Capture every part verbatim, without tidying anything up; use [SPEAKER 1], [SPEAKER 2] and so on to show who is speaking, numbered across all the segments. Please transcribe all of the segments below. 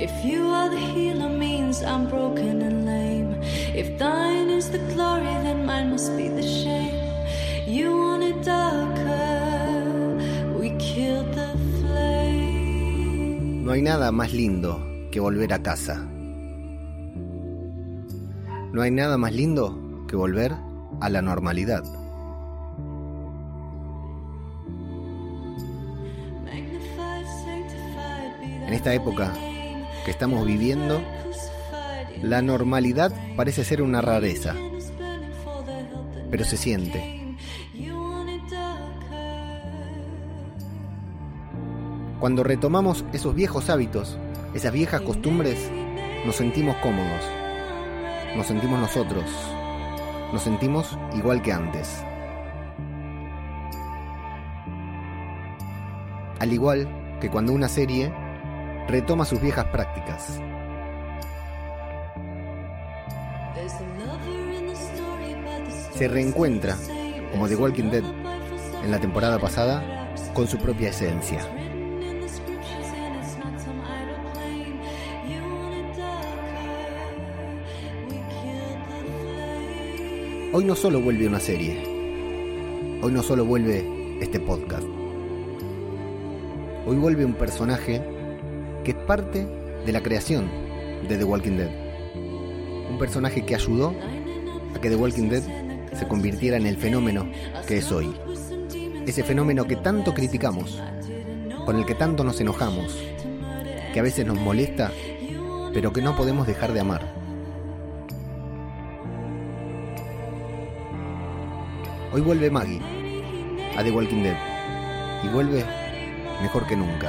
[SPEAKER 1] If you are the healer means I'm broken and lame. If thine is the glory, then mine must be the shame. You want it darker, we killed the flame.
[SPEAKER 2] No hay nada más lindo que volver a casa. No hay nada más lindo que volver a la normalidad. En esta época que estamos viviendo, la normalidad parece ser una rareza, pero se siente. Cuando retomamos esos viejos hábitos, esas viejas costumbres, nos sentimos cómodos, nos sentimos nosotros, nos sentimos igual que antes. Al igual que cuando una serie retoma sus viejas prácticas. Se reencuentra, como The Walking Dead en la temporada pasada, con su propia esencia. Hoy no solo vuelve una serie, hoy no solo vuelve este podcast, hoy vuelve un personaje que es parte de la creación de The Walking Dead. Un personaje que ayudó a que The Walking Dead se convirtiera en el fenómeno que es hoy. Ese fenómeno que tanto criticamos, con el que tanto nos enojamos, que a veces nos molesta, pero que no podemos dejar de amar. Hoy vuelve Maggie a The Walking Dead y vuelve mejor que nunca.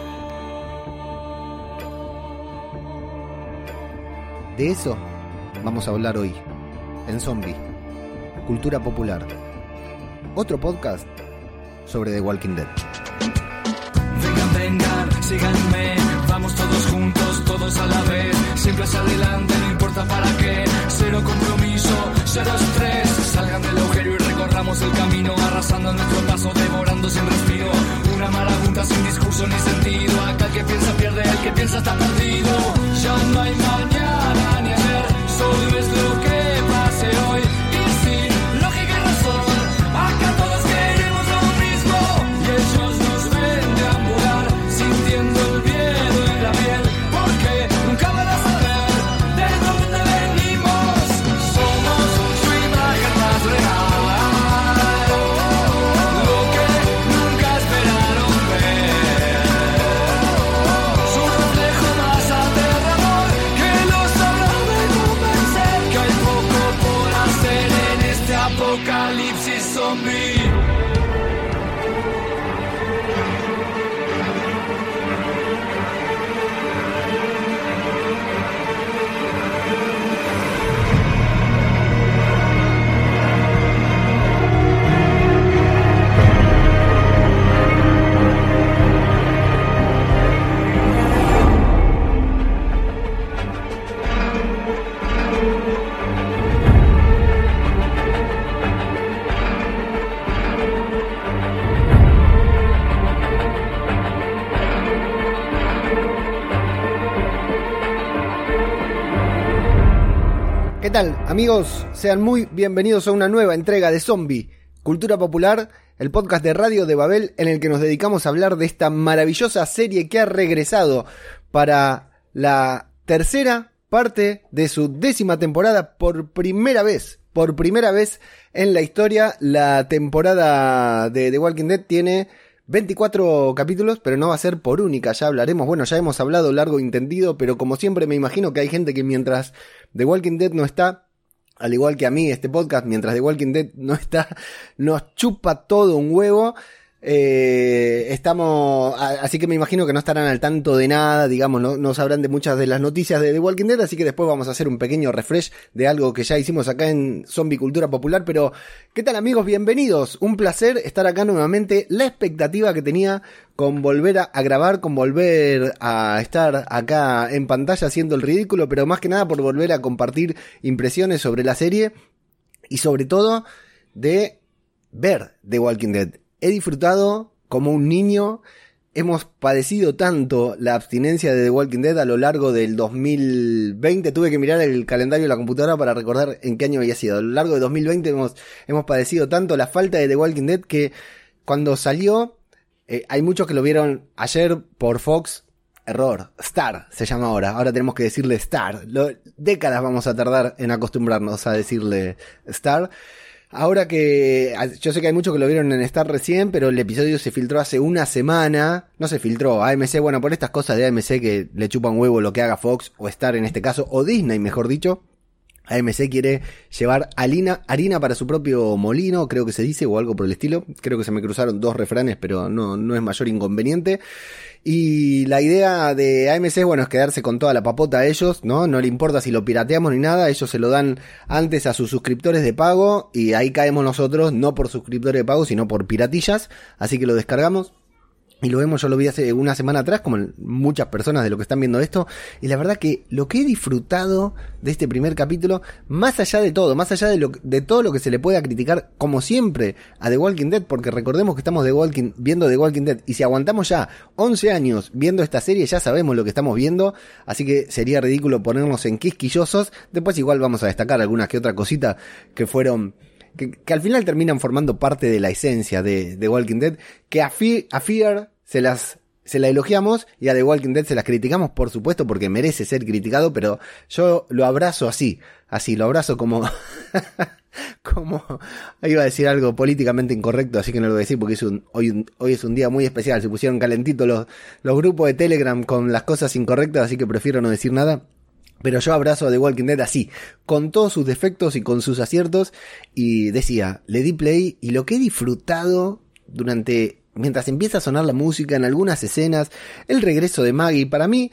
[SPEAKER 2] De eso vamos a hablar hoy, en Zombie, Cultura Popular. Otro podcast sobre The Walking Dead.
[SPEAKER 3] Vengan, vengan, síganme, vamos todos juntos, todos a la vez. Siempre hacia adelante, no importa para qué. Cero compromiso, cero estrés. Salgan del agujero y recorramos el camino, arrasando nuestro paso, devorando sin respiro. Una marabunta sin discurso ni sentido. Acá el que piensa pierde, el que piensa está perdido. Ya no hay mañana ni ayer, solo es lo que pase hoy. Y sin lógica y razón, acá todos queremos lo mismo. Y ellos nos ven deambular, sintiendo el miedo en la piel, porque nunca van a saber de dónde venimos. Somos su imagen más real, lo que nunca esperaron ver. Su reflejo más aterrador, que los habrá de convencer que hay poco por hacer en este apocalipsis zombie.
[SPEAKER 2] ¿Qué tal, amigos? Sean muy bienvenidos a una nueva entrega de Zombie, Cultura Popular, el podcast de Radio de Babel en el que nos dedicamos a hablar de esta maravillosa serie que ha regresado para la tercera parte de su décima temporada por primera vez. Por primera vez en la historia, la temporada de The Walking Dead tiene veinticuatro capítulos, pero no va a ser por única, ya hablaremos, bueno, ya hemos hablado largo y entendido, pero como siempre me imagino que hay gente que mientras The Walking Dead no está, al igual que a mí este podcast, mientras The Walking Dead no está, nos chupa todo un huevo. Eh, estamos, así que me imagino que no estarán al tanto de nada, digamos, no, no sabrán de muchas de las noticias de The Walking Dead, así que después vamos a hacer un pequeño refresh de algo que ya hicimos acá en Zombie Cultura Popular. Pero, ¿qué tal, amigos? Bienvenidos, un placer estar acá nuevamente. La expectativa que tenía con volver a, a grabar, con volver a estar acá en pantalla haciendo el ridículo, pero más que nada por volver a compartir impresiones sobre la serie y sobre todo de ver The Walking Dead. He disfrutado como un niño hemos padecido tanto la abstinencia de The Walking Dead a lo largo del dos mil veinte. Tuve que mirar el calendario de la computadora para recordar en qué año había sido. A lo largo de dos mil veinte hemos, hemos padecido tanto la falta de The Walking Dead que cuando salió, eh, hay muchos que lo vieron ayer por Fox. Error, Star se llama ahora. Ahora tenemos que decirle Star. Lo, décadas vamos a tardar en acostumbrarnos a decirle Star. Ahora que yo sé que hay muchos que lo vieron en Star recién, pero el episodio se filtró hace una semana. No se filtró, A M C, bueno, por estas cosas de A M C que le chupan huevo lo que haga Fox o Star en este caso, o Disney mejor dicho. A M C quiere llevar harina, harina para su propio molino, creo que se dice, o algo por el estilo. Creo que se me cruzaron dos refranes, pero no, no es mayor inconveniente. Y la idea de A M C, bueno, es quedarse con toda la papota a ellos, ¿no? No le importa si lo pirateamos ni nada, ellos se lo dan antes a sus suscriptores de pago y ahí caemos nosotros, no por suscriptores de pago, sino por piratillas. Así que lo descargamos. Y lo vemos, yo lo vi hace una semana atrás, como muchas personas de lo que están viendo esto, y la verdad que lo que he disfrutado de este primer capítulo, más allá de todo, más allá de, lo, de todo lo que se le pueda criticar, como siempre, a The Walking Dead, porque recordemos que estamos The Walking, viendo The Walking Dead, y si aguantamos ya once años viendo esta serie, ya sabemos lo que estamos viendo, así que sería ridículo ponernos en quisquillosos. Después igual vamos a destacar algunas que otra cosita que fueron... Que, que al final terminan formando parte de la esencia de The Walking Dead, que a, Fe- a Fear se las se la elogiamos y a The Walking Dead se las criticamos, por supuesto, porque merece ser criticado, pero yo lo abrazo así, así, lo abrazo como... como iba a decir algo políticamente incorrecto, así que no lo voy a decir porque es un, hoy, un, hoy es un día muy especial, se pusieron calentitos los, los grupos de Telegram con las cosas incorrectas, así que prefiero no decir nada. Pero yo abrazo a The Walking Dead así, con todos sus defectos y con sus aciertos. Y decía, le di play y lo que he disfrutado durante... Mientras empieza a sonar la música en algunas escenas, el regreso de Maggie, para mí...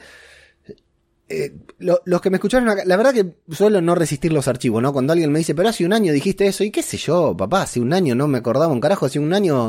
[SPEAKER 2] Eh, lo, los que me escucharon acá, la verdad que suelo no resistir los archivos, ¿no? Cuando alguien me dice, pero hace un año dijiste eso, y qué sé yo, papá, hace un año no me acordaba un carajo, hace un año...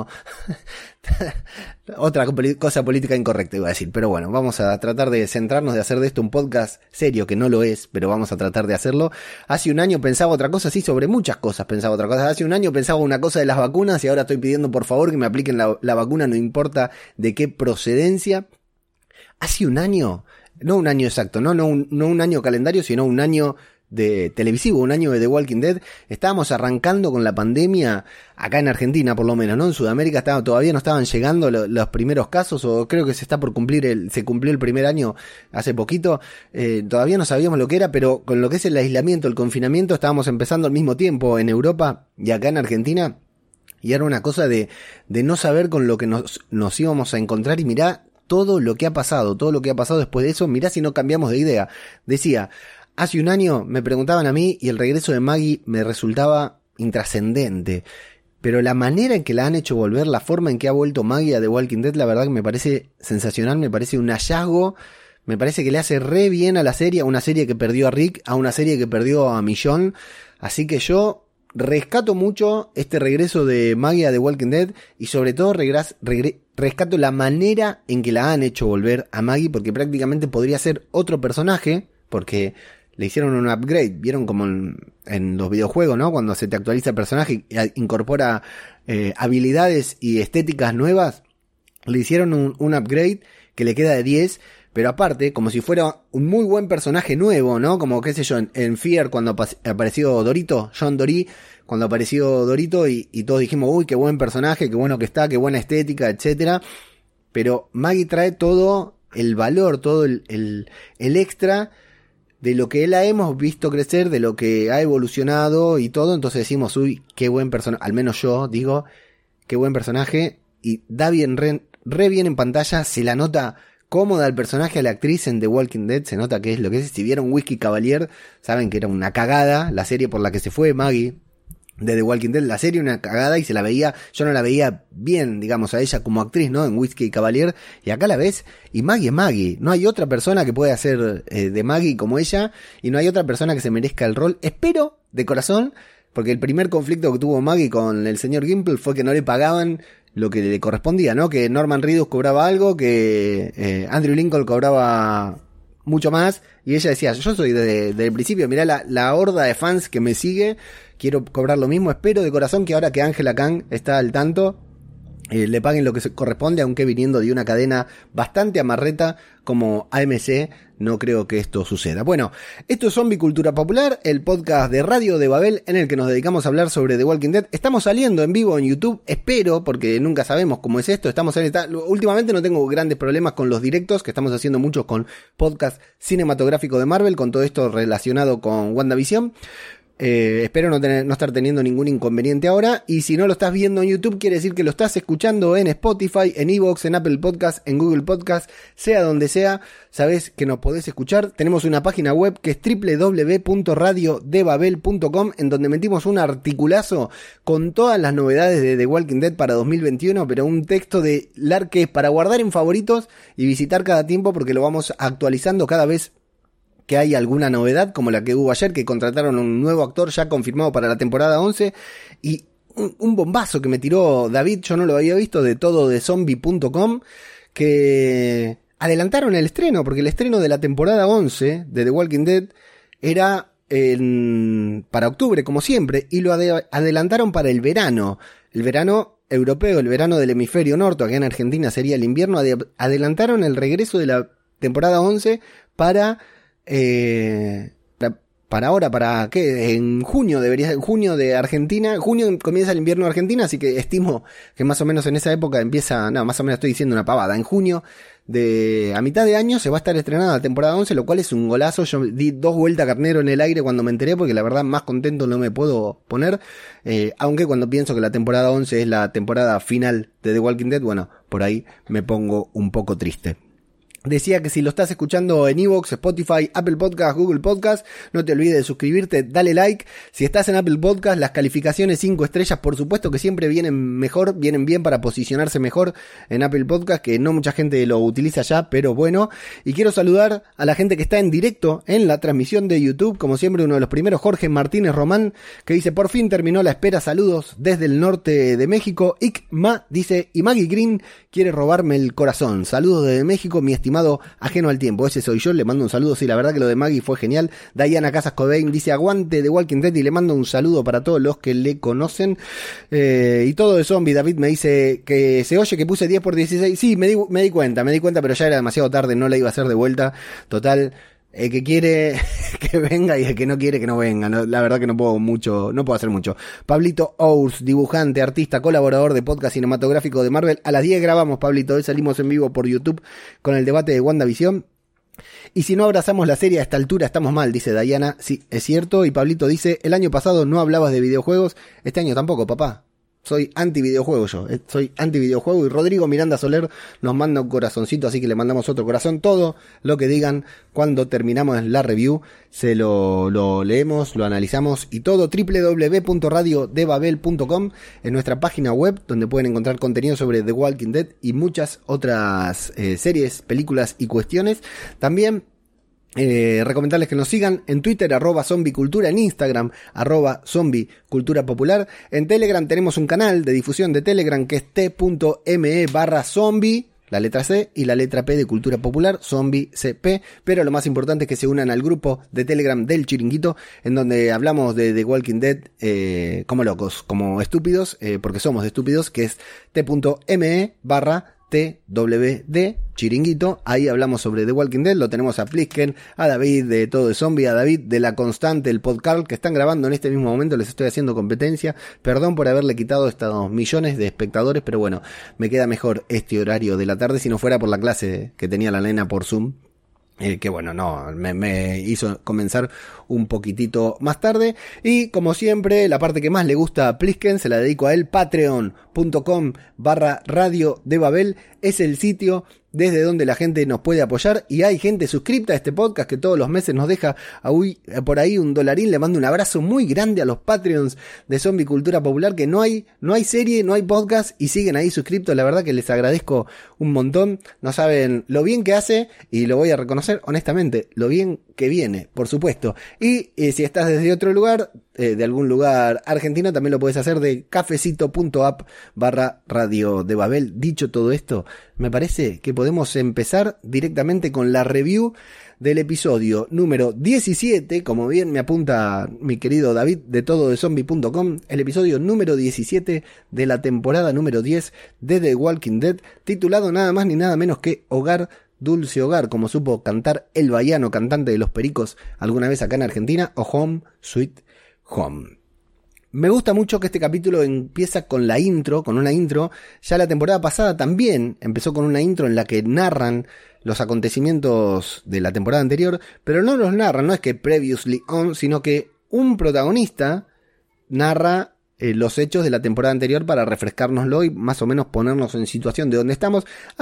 [SPEAKER 2] Otra cosa política incorrecta iba a decir, pero bueno, vamos a tratar de centrarnos, de hacer de esto un podcast serio, que no lo es, pero vamos a tratar de hacerlo. Hace un año pensaba otra cosa, sí, sobre muchas cosas pensaba otra cosa. Hace un año pensaba una cosa de las vacunas y ahora estoy pidiendo por favor que me apliquen la, la vacuna, no importa de qué procedencia. Hace un año... No un año exacto, no, no, un, no un año calendario, sino un año de televisivo, un año de The Walking Dead. Estábamos arrancando con la pandemia acá en Argentina, por lo menos, ¿no? En Sudamérica estaba, todavía no estaban llegando lo, los primeros casos, o creo que se está por cumplir el, se cumplió el primer año hace poquito. Eh, todavía no sabíamos lo que era, pero con lo que es el aislamiento, el confinamiento, estábamos empezando al mismo tiempo en Europa y acá en Argentina. Y era una cosa de, de no saber con lo que nos, nos íbamos a encontrar y mirá todo lo que ha pasado, todo lo que ha pasado después de eso, mirá si no cambiamos de idea. Decía, hace un año me preguntaban a mí y el regreso de Maggie me resultaba intrascendente. Pero la manera en que la han hecho volver, la forma en que ha vuelto Maggie a The Walking Dead, la verdad que me parece sensacional, me parece un hallazgo, me parece que le hace re bien a la serie, a una serie que perdió a Rick, a una serie que perdió a Michonne. Así que yo rescato mucho este regreso de Maggie a The Walking Dead y sobre todo regres, regre, rescato la manera en que la han hecho volver a Maggie, porque prácticamente podría ser otro personaje, porque le hicieron un upgrade, vieron como en, en los videojuegos, ¿no? Cuando se te actualiza el personaje y incorpora eh, habilidades y estéticas nuevas, le hicieron un, un upgrade que le queda de diez. Pero aparte, como si fuera un muy buen personaje nuevo, ¿no? Como, qué sé yo, en, en Fear, cuando apareció Dorito, John Dory, cuando apareció Dorito y, y todos dijimos, uy, qué buen personaje, qué bueno que está, qué buena estética, etcétera. Pero Maggie trae todo el valor, todo el, el, el extra de lo que la hemos visto crecer, de lo que ha evolucionado y todo. Entonces decimos, uy, qué buen personaje, al menos yo digo, qué buen personaje. Y da bien, re, re bien en pantalla, se la nota cómoda el personaje a la actriz en The Walking Dead, se nota que es lo que es. Si vieron Whiskey Cavalier, saben que era una cagada la serie por la que se fue Maggie de The Walking Dead, la serie una cagada y se la veía, yo no la veía bien, digamos, a ella como actriz, ¿no? En Whiskey Cavalier, y acá la ves, y Maggie es Maggie, no hay otra persona que pueda hacer eh, de Maggie como ella, y no hay otra persona que se merezca el rol, espero, de corazón, porque el primer conflicto que tuvo Maggie con el señor Gimple fue que no le pagaban lo que le correspondía, ¿no? Que Norman Reedus cobraba algo, que eh, Andrew Lincoln cobraba mucho más, y ella decía, yo soy desde de, de principio, mirá la, la horda de fans que me sigue, quiero cobrar lo mismo, espero de corazón que ahora que Angela Kang está al tanto, Eh, le paguen lo que se corresponde, aunque viniendo de una cadena bastante amarreta como A M C, no creo que esto suceda. Bueno, esto es Zombie Cultura Popular, el podcast de Radio de Babel en el que nos dedicamos a hablar sobre The Walking Dead. Estamos saliendo en vivo en YouTube, espero, porque nunca sabemos cómo es esto. Estamos en esta... Últimamente no tengo grandes problemas con los directos, que estamos haciendo muchos con podcast cinematográfico de Marvel, con todo esto relacionado con WandaVision. Eh, espero no, tener, no estar teniendo ningún inconveniente ahora. Y si no lo estás viendo en YouTube, quiere decir que lo estás escuchando en Spotify, en iVoox, en Apple Podcast, en Google Podcast, sea donde sea. Sabés que nos podés escuchar. Tenemos una página web que es doble u doble u doble u punto radio de babel punto com, en donde metimos un articulazo con todas las novedades de The Walking Dead para dos mil veintiuno, pero un texto de Lar que es para guardar en favoritos y visitar cada tiempo, porque lo vamos actualizando cada vez que hay alguna novedad, como la que hubo ayer, que contrataron un nuevo actor ya confirmado para la temporada once, y un, un bombazo que me tiró David, yo no lo había visto, de todo de zombie punto com, que adelantaron el estreno, porque el estreno de la temporada once de The Walking Dead era en, para octubre, como siempre, y lo ade- adelantaron para el verano, el verano europeo, el verano del hemisferio norte, acá en Argentina sería el invierno. Ade- adelantaron el regreso de la temporada once para... Eh, para ahora, para qué, en junio debería en junio de Argentina, junio comienza el invierno de Argentina, así que estimo que más o menos en esa época empieza, no, más o menos estoy diciendo una pavada, en junio de a mitad de año se va a estar estrenada la temporada once, lo cual es un golazo. Yo di dos vueltas carnero en el aire cuando me enteré, porque la verdad más contento no me puedo poner, eh, aunque cuando pienso que la temporada once es la temporada final de The Walking Dead, bueno, por ahí me pongo un poco triste. Decía que si lo estás escuchando en iVoox, Spotify, Apple Podcast, Google Podcast, no te olvides de suscribirte, dale like. Si estás en Apple Podcast, las calificaciones cinco estrellas, por supuesto que siempre vienen mejor, vienen bien para posicionarse mejor en Apple Podcast, que no mucha gente lo utiliza ya, pero bueno. Y quiero saludar a la gente que está en directo en la transmisión de YouTube, como siempre uno de los primeros, Jorge Martínez Román, que dice: por fin terminó la espera, saludos desde el norte de México. Ikma dice: y Maggie Green quiere robarme el corazón, saludos desde México, mi estimado ajeno al tiempo. Ese soy yo, le mando un saludo. Sí, la verdad que lo de Maggie fue genial. Diana Casas Cobain dice: aguante The Walking Dead, y le mando un saludo para todos los que le conocen. Eh, y todo de zombie. David me dice que se oye que puse diez por dieciséis. Sí, me di, me di cuenta, me di cuenta, pero ya era demasiado tarde, no la iba a hacer de vuelta. Total, el que quiere que venga y el que no quiere que no venga. No, la verdad que no puedo mucho, no puedo hacer mucho. Pablito Ours, dibujante, artista, colaborador de podcast cinematográfico de Marvel. A las diez grabamos, Pablito. Hoy salimos en vivo por YouTube con el debate de WandaVision. Y si no abrazamos la serie a esta altura estamos mal, dice Diana. Sí, es cierto. Y Pablito dice: el año pasado no hablabas de videojuegos, este año tampoco, papá. Soy anti videojuego yo, eh, soy anti videojuego. Y Rodrigo Miranda Soler nos manda un corazoncito, así que le mandamos otro corazón. Todo lo que digan cuando terminamos la review se lo, lo leemos, lo analizamos y todo. doble u doble u doble u punto radio de babel punto com en nuestra página web, donde pueden encontrar contenido sobre The Walking Dead y muchas otras eh, series, películas y cuestiones. También Eh, recomendarles que nos sigan en Twitter, arroba zombicultura, en Instagram, arroba zombicultura popular. En Telegram tenemos un canal de difusión de Telegram que es t.me barra zombie, la letra C y la letra P de Cultura Popular, Zombie C P, pero lo más importante es que se unan al grupo de Telegram del Chiringuito, en donde hablamos de The Walking Dead eh, como locos, como estúpidos, eh, porque somos estúpidos, que es t.me barra T W D Chiringuito. Ahí hablamos sobre The Walking Dead. Lo tenemos a Plisken, a David de Todo de Zombie, a David de La Constante, el podcast que están grabando en este mismo momento. Les estoy haciendo competencia, perdón por haberle quitado estos millones de espectadores, pero bueno, me queda mejor este horario de la tarde si no fuera por la clase que tenía la nena por Zoom. Eh, que bueno, no, me, me hizo comenzar un poquitito más tarde. Y como siempre, la parte que más le gusta a Plisken se la dedico a él. Patreon.com barra Radio de Babel es el sitio desde donde la gente nos puede apoyar, y hay gente suscripta a este podcast que todos los meses nos deja uy, por ahí un dolarín. Le mando un abrazo muy grande a los Patreons de Zombie Cultura Popular, que no hay, no hay serie, no hay podcast y siguen ahí suscriptos. La verdad que les agradezco un montón. No saben lo bien que hace, y lo voy a reconocer honestamente, lo bien que viene, por supuesto. Y eh, si estás desde otro lugar, eh, de algún lugar argentino, también lo puedes hacer de cafecito.app barra Radio de Babel. Dicho todo esto, me parece que podemos empezar directamente con la review del episodio número diecisiete, como bien me apunta mi querido David de todo de zombie punto com, el episodio número diecisiete de la temporada número diez de The Walking Dead, titulado nada más ni nada menos que Hogar, Dulce Hogar, como supo cantar el baiano cantante de Los Pericos alguna vez acá en Argentina, o Home Sweet Home. Me gusta mucho que este capítulo empieza con la intro, con una intro. Ya la temporada pasada también empezó con una intro en la que narran los acontecimientos de la temporada anterior, pero no los narran, no es que previously on, sino que un protagonista narra eh, los hechos de la temporada anterior para refrescárnoslo y más o menos ponernos en situación de donde estamos.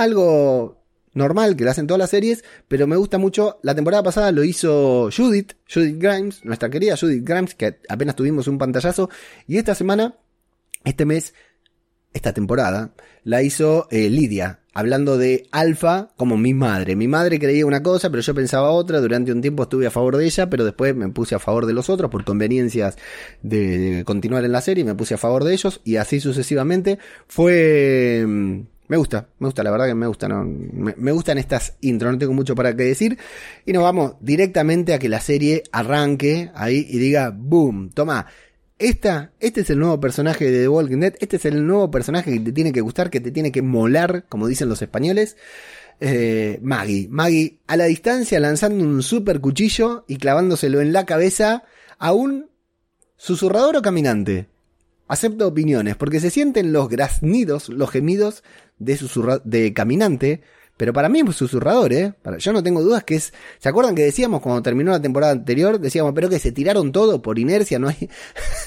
[SPEAKER 2] Algo normal que lo hacen todas las series, pero me gusta mucho. La temporada pasada lo hizo Judith, Judith Grimes, nuestra querida Judith Grimes, que apenas tuvimos un pantallazo, y esta semana, este mes, esta temporada, la hizo eh, Lidia, hablando de Alfa como mi madre. Mi madre creía una cosa, pero yo pensaba otra. Durante un tiempo estuve a favor de ella, pero después me puse a favor de los otros por conveniencias de, de continuar en la serie, me puse a favor de ellos, y así sucesivamente. Fue... Me gusta, me gusta, la verdad que me gusta, ¿no? me, me gustan estas intros, no tengo mucho para qué decir. Y nos vamos directamente a que la serie arranque ahí y diga, boom, toma, esta, este es el nuevo personaje de The Walking Dead, este es el nuevo personaje que te tiene que gustar, que te tiene que molar, como dicen los españoles. Eh, Maggie, Maggie a la distancia lanzando un super cuchillo y clavándoselo en la cabeza a un susurrador o caminante. Acepto opiniones, porque se sienten los graznidos, los gemidos de susurra- de caminante, pero para mí es susurrador, ¿eh? Para, yo no tengo dudas que es... ¿Se acuerdan que decíamos cuando terminó la temporada anterior? Decíamos, pero que se tiraron todo por inercia, no hay...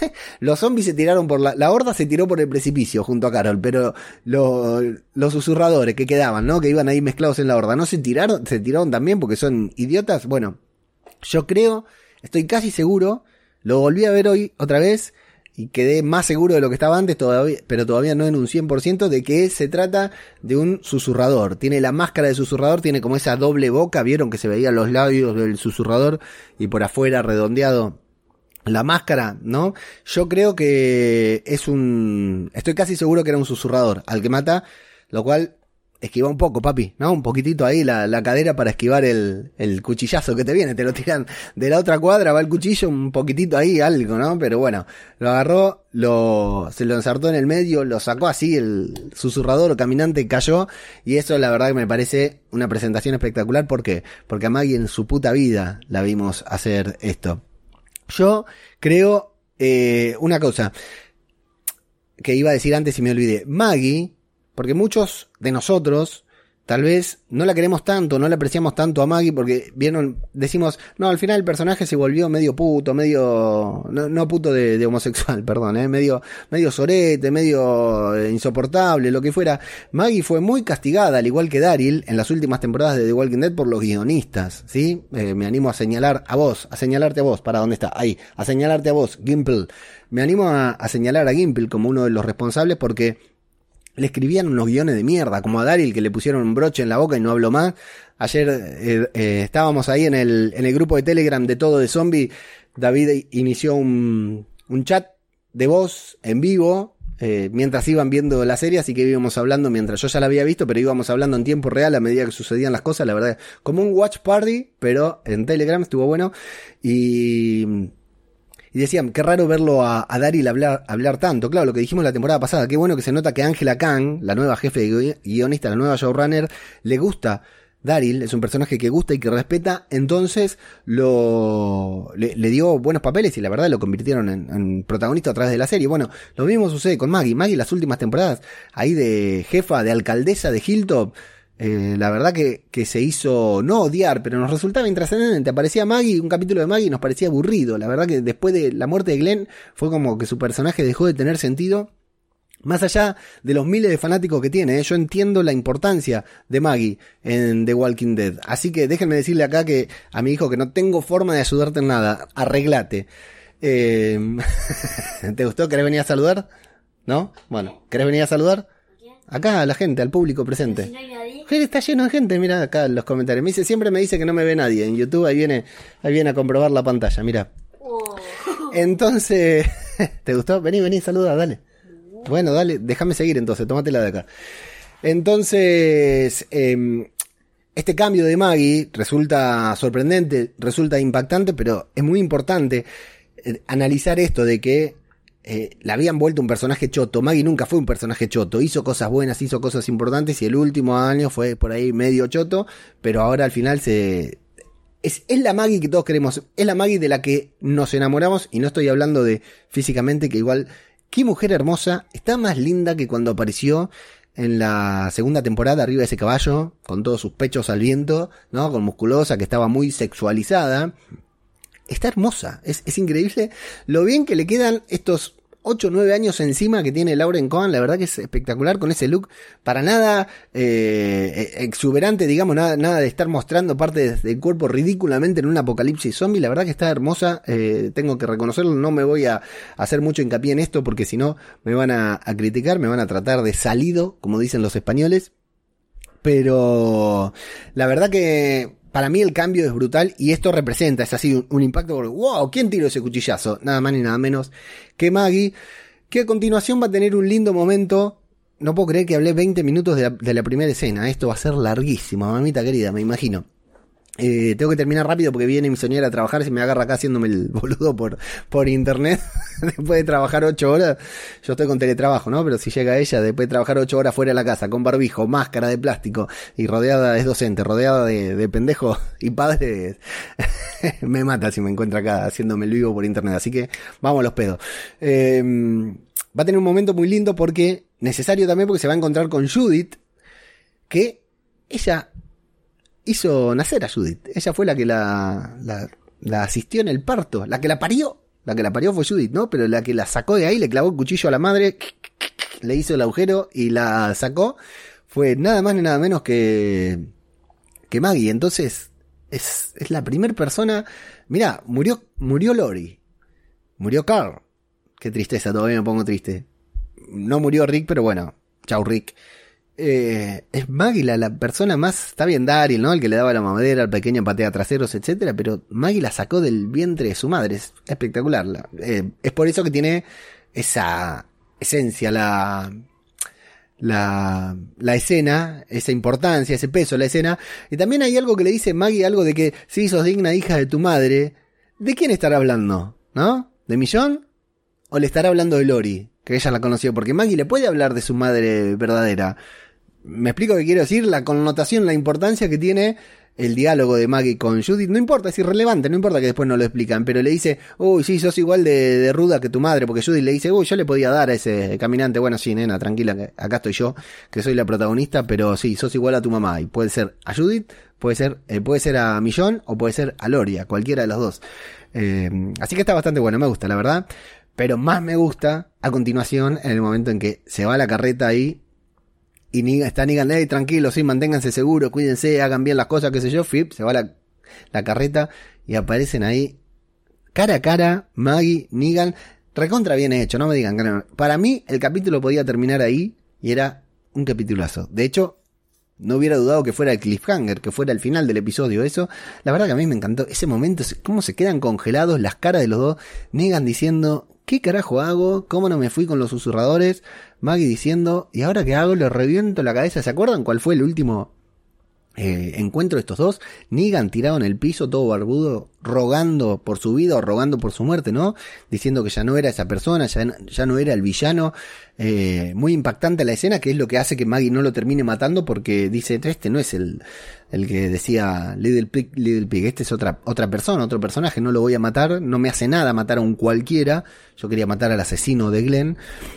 [SPEAKER 2] Los zombies se tiraron por la... La horda se tiró por el precipicio junto a Carol, pero lo, los susurradores que quedaban, ¿no? Que iban ahí mezclados en la horda, ¿no se tiraron? ¿Se tiraron también porque son idiotas? Bueno, yo creo, estoy casi seguro, lo volví a ver hoy otra vez... y quedé más seguro de lo que estaba antes, todavía, pero todavía no en un cien por ciento, de que se trata de un susurrador. Tiene la máscara de susurrador, tiene como esa doble boca, vieron que se veían los labios del susurrador y por afuera redondeado la máscara, ¿no? Yo creo que es un... Estoy casi seguro que era un susurrador al que mata, lo cual... Esquiva un poco, papi, ¿no? Un poquitito ahí la, la cadera para esquivar el, el cuchillazo que te viene. Te lo tiran de la otra cuadra, va el cuchillo, un poquitito ahí, algo, ¿no? Pero bueno, lo agarró, lo, se lo ensartó en el medio, lo sacó así, el susurrador o caminante cayó. Y eso la verdad que me parece una presentación espectacular. ¿Por qué? Porque a Maggie en su puta vida la vimos hacer esto. Yo creo, eh, una cosa que iba a decir antes y me olvidé. Maggie... Porque muchos de nosotros, tal vez, no la queremos tanto, no la apreciamos tanto a Maggie, porque vieron, decimos, no, al final el personaje se volvió medio puto, medio, no, no puto de, de homosexual, perdón, eh, medio, medio sorete, medio insoportable, lo que fuera. Maggie fue muy castigada, al igual que Daryl, en las últimas temporadas de The Walking Dead por los guionistas, ¿sí? Eh, me animo a señalar a vos, a señalarte a vos, ¿para dónde está? Ahí, a señalarte a vos, Gimple. Me animo a, a señalar a Gimple como uno de los responsables porque... le escribían unos guiones de mierda, como a Daryl que le pusieron un broche en la boca y no habló más. Ayer eh, eh, estábamos ahí en el, en el grupo de Telegram de Todo de Zombie. David inició un, un chat de voz en vivo eh, mientras iban viendo la serie, así que íbamos hablando mientras yo ya la había visto, pero íbamos hablando en tiempo real a medida que sucedían las cosas. La verdad, como un watch party, pero en Telegram estuvo bueno. Y... Y decían, qué raro verlo a, a Daryl hablar, hablar tanto. Claro, lo que dijimos la temporada pasada, qué bueno que se nota que Angela Kang, la nueva jefe de guionista, la nueva showrunner, le gusta Daryl, es un personaje que gusta y que respeta, entonces lo le, le dio buenos papeles y la verdad lo convirtieron en, en protagonista a través de la serie. Bueno, lo mismo sucede con Maggie. Maggie las últimas temporadas, ahí de jefa, de alcaldesa de Hilltop, Eh, la verdad que, que se hizo no odiar, pero nos resultaba intrascendente. Aparecía Maggie, un capítulo de Maggie y nos parecía aburrido. La verdad que después de la muerte de Glenn fue como que su personaje dejó de tener sentido. Más allá de los miles de fanáticos que tiene, ¿eh? Yo entiendo la importancia de Maggie en The Walking Dead. Así que déjenme decirle acá que a mi hijo que no tengo forma de ayudarte en nada. Arreglate. Eh... ¿Te gustó? ¿Querés venir a saludar? ¿No? Bueno, ¿querés venir a saludar? Acá a la gente, al público presente.
[SPEAKER 4] Si no hay nadie.
[SPEAKER 2] está lleno de gente, mira acá en los comentarios. Me dice, siempre me dice que no me ve nadie. En YouTube ahí viene, ahí viene a comprobar la pantalla, mira. Oh. Entonces, ¿te gustó? Vení, vení, saluda, dale. Bueno, dale, déjame seguir entonces, tómatela de acá. Entonces, eh, este cambio de Maggie resulta sorprendente, resulta impactante, pero es muy importante eh, analizar esto de que eh, la habían vuelto un personaje choto. Maggie nunca fue un personaje choto, hizo cosas buenas, hizo cosas importantes y el último año fue por ahí medio choto, pero ahora al final se... Es, es la Maggie que todos queremos, es la Maggie de la que nos enamoramos y no estoy hablando de físicamente, que igual, qué mujer hermosa, está más linda que cuando apareció en la segunda temporada arriba de ese caballo, con todos sus pechos al viento, ¿no? Con musculosa, que estaba muy sexualizada. Está hermosa, es, es increíble lo bien que le quedan estos ocho o nueve años encima que tiene Lauren Cohan. La verdad que es espectacular con ese look, para nada eh, exuberante, digamos, nada, nada de estar mostrando parte del cuerpo ridículamente en un apocalipsis zombie. La verdad que está hermosa, eh, tengo que reconocerlo. No me voy a hacer mucho hincapié en esto porque si no me van a, a criticar, me van a tratar de salido, como dicen los españoles, pero la verdad que para mí el cambio es brutal y esto representa, es así un, un impacto porque, wow, ¿quién tiró ese cuchillazo? Nada más ni nada menos que Maggie, que a continuación va a tener un lindo momento. No puedo creer que hablé veinte minutos de la, de la primera escena, esto va a ser larguísimo, mamita querida, me imagino. Eh, tengo que terminar rápido porque viene mi señora a trabajar, se me agarra acá haciéndome el boludo por, por internet. Después de trabajar ocho horas, yo estoy con teletrabajo, ¿no? Pero si llega ella, después de trabajar ocho horas fuera de la casa, con barbijo, máscara de plástico, y rodeada, es docente, rodeada de, de pendejos y padres, me mata si me encuentra acá haciéndome el vivo por internet. Así que vamos a los pedos. Eh, va a tener un momento muy lindo porque, necesario también porque se va a encontrar con Judith, que ella hizo nacer a Judith. Ella fue la que la, la, la asistió en el parto, la que la parió. La que la parió fue Judith, ¿no? Pero la que la sacó de ahí, le clavó el cuchillo a la madre, le hizo el agujero y la sacó, fue nada más ni nada menos que, que Maggie. Entonces, es, es la primera persona. Mirá, murió, murió Lori. Murió Carl. Qué tristeza, todavía me pongo triste. No murió Rick, pero bueno, chau Rick. Eh, es Maggie la, la persona más, está bien Daryl, ¿no? El que le daba la mamadera, el pequeño patea traseros, etcétera, pero Maggie la sacó del vientre de su madre, es espectacular. La, eh, es por eso que tiene esa esencia, la, la, la escena, esa importancia, ese peso, la escena. Y también hay algo que le dice Maggie, algo de que si sos digna hija de tu madre, ¿de quién estará hablando? ¿No? ¿De Millón? ¿O le estará hablando de Lori? Que ella la conoció, porque Maggie le puede hablar de su madre verdadera. ¿Me explico qué quiero decir? La connotación, la importancia que tiene el diálogo de Maggie con Judith. No importa, es irrelevante, no importa que después no lo explican, pero le dice, uy, sí, sos igual de, de ruda que tu madre, porque Judith le dice, uy, yo le podía dar a ese caminante. Bueno, sí, nena, tranquila, que acá estoy yo, que soy la protagonista, pero sí, sos igual a tu mamá. Y puede ser a Judith, puede ser, eh, puede ser a Millón, o puede ser a Lori, a cualquiera de los dos. Eh, así que está bastante bueno, me gusta, la verdad. Pero más me gusta a continuación, en el momento en que se va la carreta ahí y Negan, está Negan, hey, tranquilo, sí, manténganse seguros, cuídense, hagan bien las cosas, qué sé yo. Flip, se va la, la carreta y aparecen ahí cara a cara Maggie, Negan, recontra bien hecho, no me digan que no. Para mí el capítulo podía terminar ahí y era un capitulazo. De hecho, no hubiera dudado que fuera el cliffhanger, que fuera el final del episodio. Eso, la verdad que a mí me encantó ese momento, cómo se quedan congelados las caras de los dos. Negan diciendo, ¿qué carajo hago? ¿Cómo no me fui con los susurradores? Maggie diciendo, ¿y ahora qué hago? Le reviento la cabeza. ¿Se acuerdan cuál fue el último eh, encuentro de estos dos? Negan tirado en el piso, todo barbudo, rogando por su vida o rogando por su muerte, ¿no? Diciendo que ya no era esa persona, ya, ya no era el villano. Eh, muy impactante la escena, que es lo que hace que Maggie no lo termine matando, porque dice, este no es el, el que decía Little Pig, Little Pig, este es otra, otra persona, otro personaje, no lo voy a matar, no me hace nada matar a un cualquiera, yo quería matar al asesino de Glenn.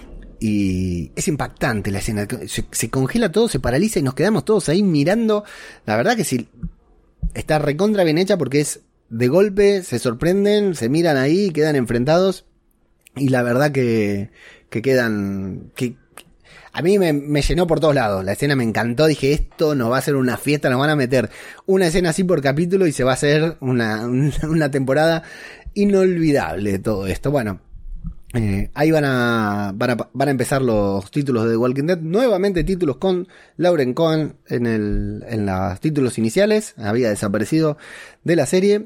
[SPEAKER 2] Y es impactante la escena, se, se congela todo, se paraliza y nos quedamos todos ahí mirando. La verdad que sí, está recontra bien hecha porque es de golpe, se sorprenden, se miran ahí, quedan enfrentados y la verdad que, que quedan, que, que a mí me, me llenó por todos lados. La escena me encantó, dije, esto nos va a hacer una fiesta, nos van a meter una escena así por capítulo y se va a hacer una, una, una temporada inolvidable de todo esto. Bueno, Eh, ahí van a, van a van a empezar los títulos de The Walking Dead, nuevamente títulos con Lauren Cohen en el en los títulos iniciales, había desaparecido de la serie.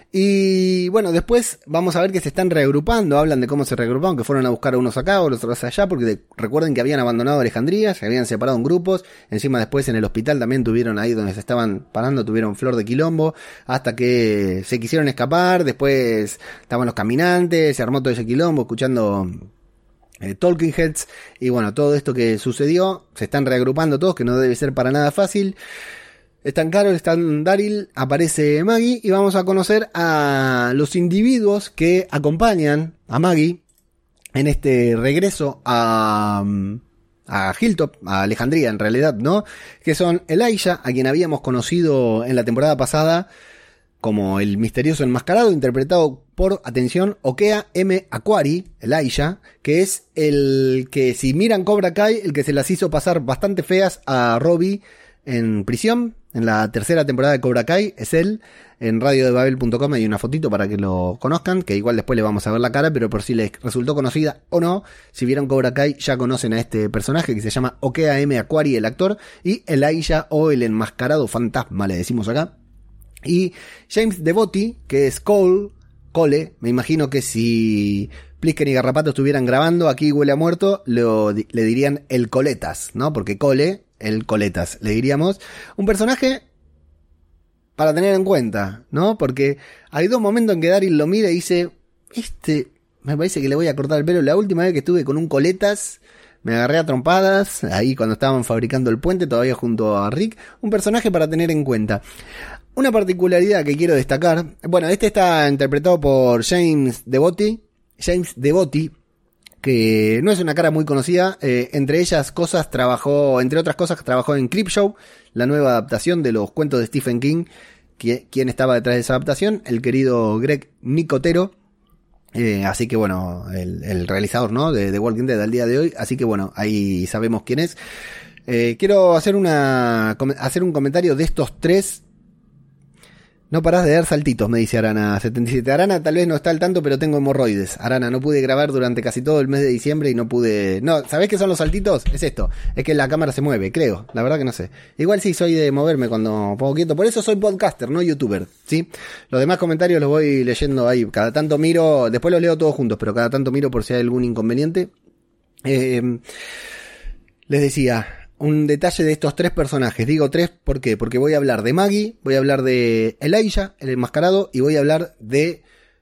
[SPEAKER 2] Y bueno, después vamos a ver que se están reagrupando, hablan de cómo se reagruparon, que fueron a buscar a unos acá o los otros allá, porque de, recuerden que habían abandonado Alejandría, se habían separado en grupos, encima después en el hospital también tuvieron ahí donde se estaban parando, tuvieron flor de quilombo, hasta que se quisieron escapar, después estaban los caminantes, se armó todo ese quilombo, escuchando eh, Talking Heads, y bueno, todo esto que sucedió, se están reagrupando todos, que no debe ser para nada fácil. Están Carol, están Daryl, aparece Maggie y vamos a conocer a los individuos que acompañan a Maggie en este regreso a, a Hilltop, a Alejandría en realidad, ¿no? Que son Elijah, a quien habíamos conocido en la temporada pasada como el misterioso enmascarado, interpretado por, atención, Okea M. Aquari, Elijah, que es el que, si miran Cobra Kai, el que se las hizo pasar bastante feas a Robbie en prisión. En la tercera temporada de Cobra Kai es él. En radio de babel punto com hay una fotito para que lo conozcan, que igual después le vamos a ver la cara, pero por si les resultó conocida o no, si vieron Cobra Kai ya conocen a este personaje que se llama Okea M. Aquari, el actor, y Elijah, o el enmascarado fantasma, le decimos acá. Y James Devoty, que es Cole, Cole, me imagino que si Plisken y Garrapato estuvieran grabando Aquí Huele a Muerto, lo, le dirían el Coletas, ¿no? Porque Cole, el Coletas, le diríamos. Un personaje para tener en cuenta, ¿no? Porque hay dos momentos en que Daryl lo mira y dice, este, me parece que le voy a cortar el pelo. La última vez que estuve con un Coletas, me agarré a trompadas, ahí cuando estaban fabricando el puente, todavía junto a Rick. Un personaje para tener en cuenta. Una particularidad que quiero destacar, bueno, este está interpretado por James Devoty, James Devoty, que no es una cara muy conocida, eh, entre ellas cosas trabajó, entre otras cosas trabajó en Creepshow, la nueva adaptación de los cuentos de Stephen King. que, ¿Quién estaba detrás de esa adaptación? El querido Greg Nicotero, eh, así que bueno, el, el realizador, ¿no? de The Walking Dead al día de hoy, así que bueno, ahí sabemos quién es. Eh, quiero hacer una hacer un comentario de estos tres. No parás de dar saltitos, me dice Arana setenta y siete. Arana tal vez no está al tanto, pero tengo hemorroides. Arana, no pude grabar durante casi todo el mes de diciembre y no pude... No, ¿sabés qué son los saltitos? Es esto, es que la cámara se mueve, creo. La verdad que no sé. Igual sí soy de moverme cuando pongo quieto. Por eso soy podcaster, no youtuber, ¿sí? Los demás comentarios los voy leyendo ahí. Cada tanto miro, después los leo todos juntos, pero cada tanto miro por si hay algún inconveniente. Eh, les decía... Un detalle de estos tres personajes. Digo tres, ¿por qué? Porque voy a hablar de Maggie, voy a hablar de Elijah, el enmascarado, y voy a hablar de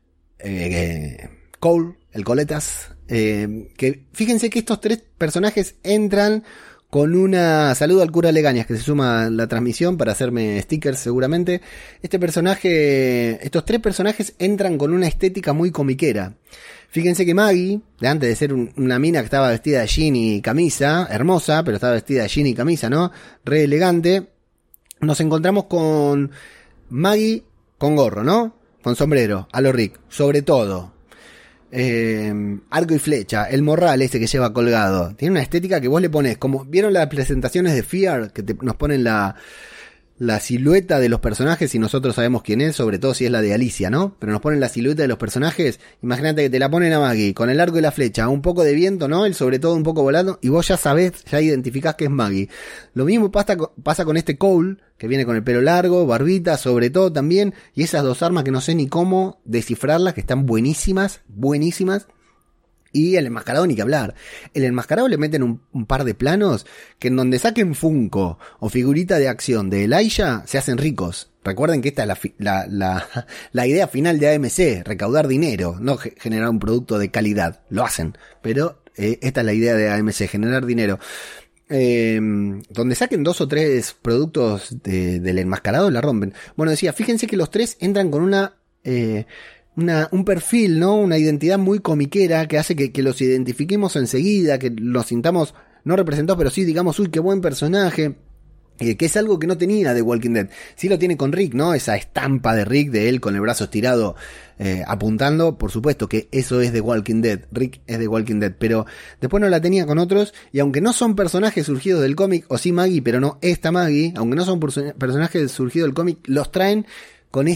[SPEAKER 2] eh, Cole, el Coletas. Eh, que fíjense que estos tres personajes entran con una... Saludo al cura Legañas, que se suma a la transmisión para hacerme stickers seguramente. Este personaje... Estos tres personajes entran con una estética muy comiquera. Fíjense que Maggie, de antes de ser un, una mina que estaba vestida de jean y camisa, hermosa, pero estaba vestida de jean y camisa, ¿no? Re elegante. Nos encontramos con Maggie con gorro, ¿no? Con sombrero, a lo Rick, sobre todo. Eh, arco y flecha, el morral ese que lleva colgado. Tiene una estética que vos le pones, como vieron las presentaciones de Fear, que te, nos ponen la... la silueta de los personajes y nosotros sabemos quién es, sobre todo si es la de Alicia, ¿no? Pero nos ponen la silueta de los personajes, imagínate que te la ponen a Maggie, con el arco y la flecha, un poco de viento, ¿no? El sobre todo un poco volando, y vos ya sabés, ya identificás que es Maggie. Lo mismo pasa, pasa con este Cole, que viene con el pelo largo, barbita, sobre todo también, y esas dos armas que no sé ni cómo descifrarlas, que están buenísimas, buenísimas. Y el enmascarado ni que hablar. El enmascarado le meten un, un par de planos que en donde saquen Funko o figurita de acción de Elijah se hacen ricos. Recuerden que esta es la, la, la, la idea final de A M C, recaudar dinero, no ge- generar un producto de calidad. Lo hacen, pero eh, esta es la idea de A M C, generar dinero. Eh, donde saquen dos o tres productos de, del enmascarado la rompen. Bueno, decía, fíjense que los tres entran con una... Eh, Una, un perfil, ¿no? Una identidad muy comiquera que hace que, que los identifiquemos enseguida, que los sintamos no representados, pero sí digamos, uy, qué buen personaje, eh, que es algo que no tenía The Walking Dead. Sí lo tiene con Rick, ¿no? Esa estampa de Rick, de él con el brazo estirado, eh, apuntando, por supuesto que eso es The Walking Dead, Rick es The Walking Dead, pero después no la tenía con otros, y aunque no son personajes surgidos del cómic, o sí Maggie, pero no esta Maggie, aunque no son perso- personajes surgidos del cómic, los traen con esta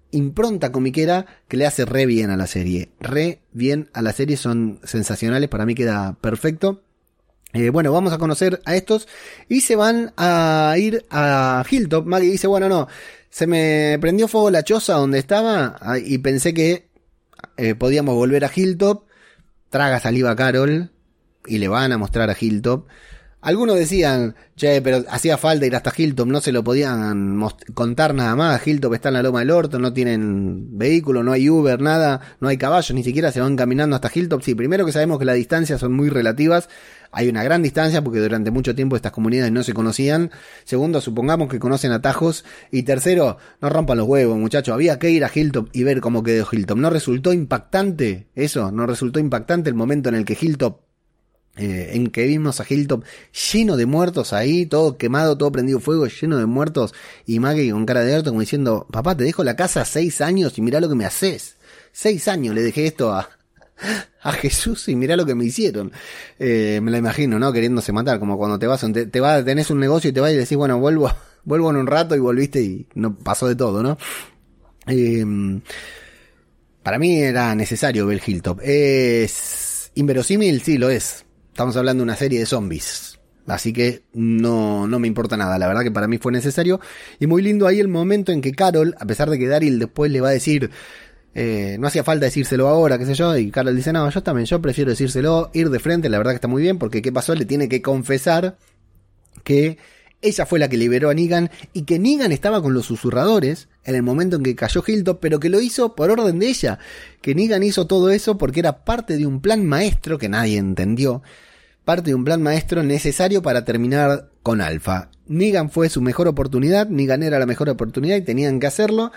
[SPEAKER 2] impronta comiquera que le hace re bien a la serie. Re bien a la serie, son sensacionales, para mí queda perfecto. Eh, bueno, vamos a conocer a estos y se van a ir a Hilltop. Maggie dice, bueno, no, se me prendió fuego la choza donde estaba y pensé que eh, podíamos volver a Hilltop. Traga saliva a Carol y le van a mostrar a Hilltop. Algunos decían, che, pero hacía falta ir hasta Hilltop, no se lo podían most- contar nada más. Hilltop está en la loma del orto, no tienen vehículo, no hay Uber, nada, no hay caballos, ni siquiera se van caminando hasta Hilltop. Sí, primero que sabemos que las distancias son muy relativas, hay una gran distancia porque durante mucho tiempo estas comunidades no se conocían. Segundo, supongamos que conocen atajos. Y tercero, no rompan los huevos, muchachos, había que ir a Hilltop y ver cómo quedó Hilltop. ¿No resultó impactante eso? ¿No resultó impactante el momento en el que Hilltop Eh, en que vimos a Hilltop lleno de muertos ahí, todo quemado, todo prendido fuego, lleno de muertos, y Maggie con cara de orto como diciendo, papá, te dejo la casa seis años y mirá lo que me haces? Seis años le dejé esto a, a Jesús y mirá lo que me hicieron. Eh, me la imagino, ¿no? Queriéndose matar, como cuando te vas, te, te vas, tenés un negocio y te vas y decís, bueno, vuelvo, vuelvo en un rato, y volviste y no pasó de todo, ¿no? Eh, para mí era necesario ver Hilltop. ¿Es inverosímil? Sí, lo es. Estamos hablando de una serie de zombies, así que no, no me importa nada. La verdad que para mí fue necesario. Y muy lindo ahí el momento en que Carol, a pesar de que Daryl después le va a decir, eh, no hacía falta decírselo ahora, qué sé yo, y Carol dice, no, yo también, yo prefiero decírselo, ir de frente. La verdad que está muy bien, porque ¿qué pasó? Le tiene que confesar que ella fue la que liberó a Negan y que Negan estaba con los susurradores en el momento en que cayó Hilltop, pero que lo hizo por orden de ella. Que Negan hizo todo eso porque era parte de un plan maestro que nadie entendió. Parte de un plan maestro necesario para terminar con Alpha. Negan fue su mejor oportunidad, Negan era la mejor oportunidad y tenían que hacerlo.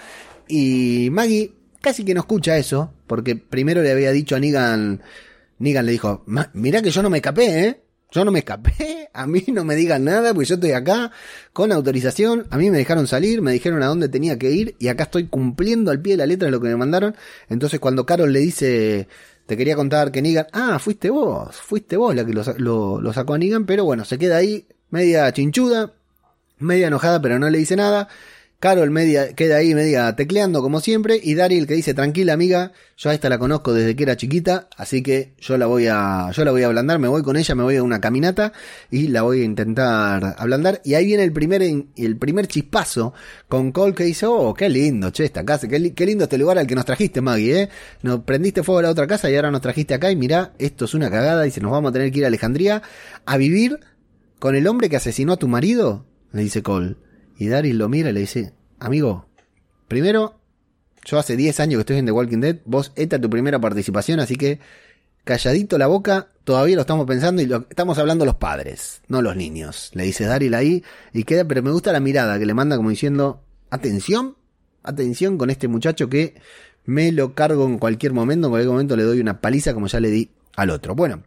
[SPEAKER 2] Y Maggie casi que no escucha eso, porque primero le había dicho a Negan, Negan le dijo, mirá que yo no me escapé, ¿eh? Yo no me escapé, a mí no me digan nada, porque yo estoy acá con autorización, a mí me dejaron salir, me dijeron a dónde tenía que ir, y acá estoy cumpliendo al pie de la letra de lo que me mandaron. Entonces cuando Carol le dice, te quería contar que Negan, ah, fuiste vos, fuiste vos la que lo, lo, lo sacó a Negan, pero bueno, se queda ahí media chinchuda, media enojada, pero no le dice nada. Carol media, queda ahí media tecleando como siempre, y Daryl que dice, tranquila amiga, yo a esta la conozco desde que era chiquita, así que yo la voy a, yo la voy a ablandar, me voy con ella, me voy a una caminata y la voy a intentar ablandar. Y ahí viene el primer, el primer chispazo con Cole que dice, oh, qué lindo, che, esta casa, qué, qué lindo este lugar al que nos trajiste, Maggie, eh, nos prendiste fuego a la otra casa y ahora nos trajiste acá y mirá, esto es una cagada, dice, nos vamos a tener que ir a Alejandría a vivir con el hombre que asesinó a tu marido, le dice Cole. Y Daryl lo mira y le dice, amigo, primero, yo hace diez años que estoy en The Walking Dead, vos esta es tu primera participación, así que calladito la boca, todavía lo estamos pensando y lo estamos hablando los padres, no los niños, le dice Daryl ahí, y queda, pero me gusta la mirada que le manda como diciendo, atención, atención con este muchacho que me lo cargo en cualquier momento, en cualquier momento le doy una paliza como ya le di al otro. Bueno,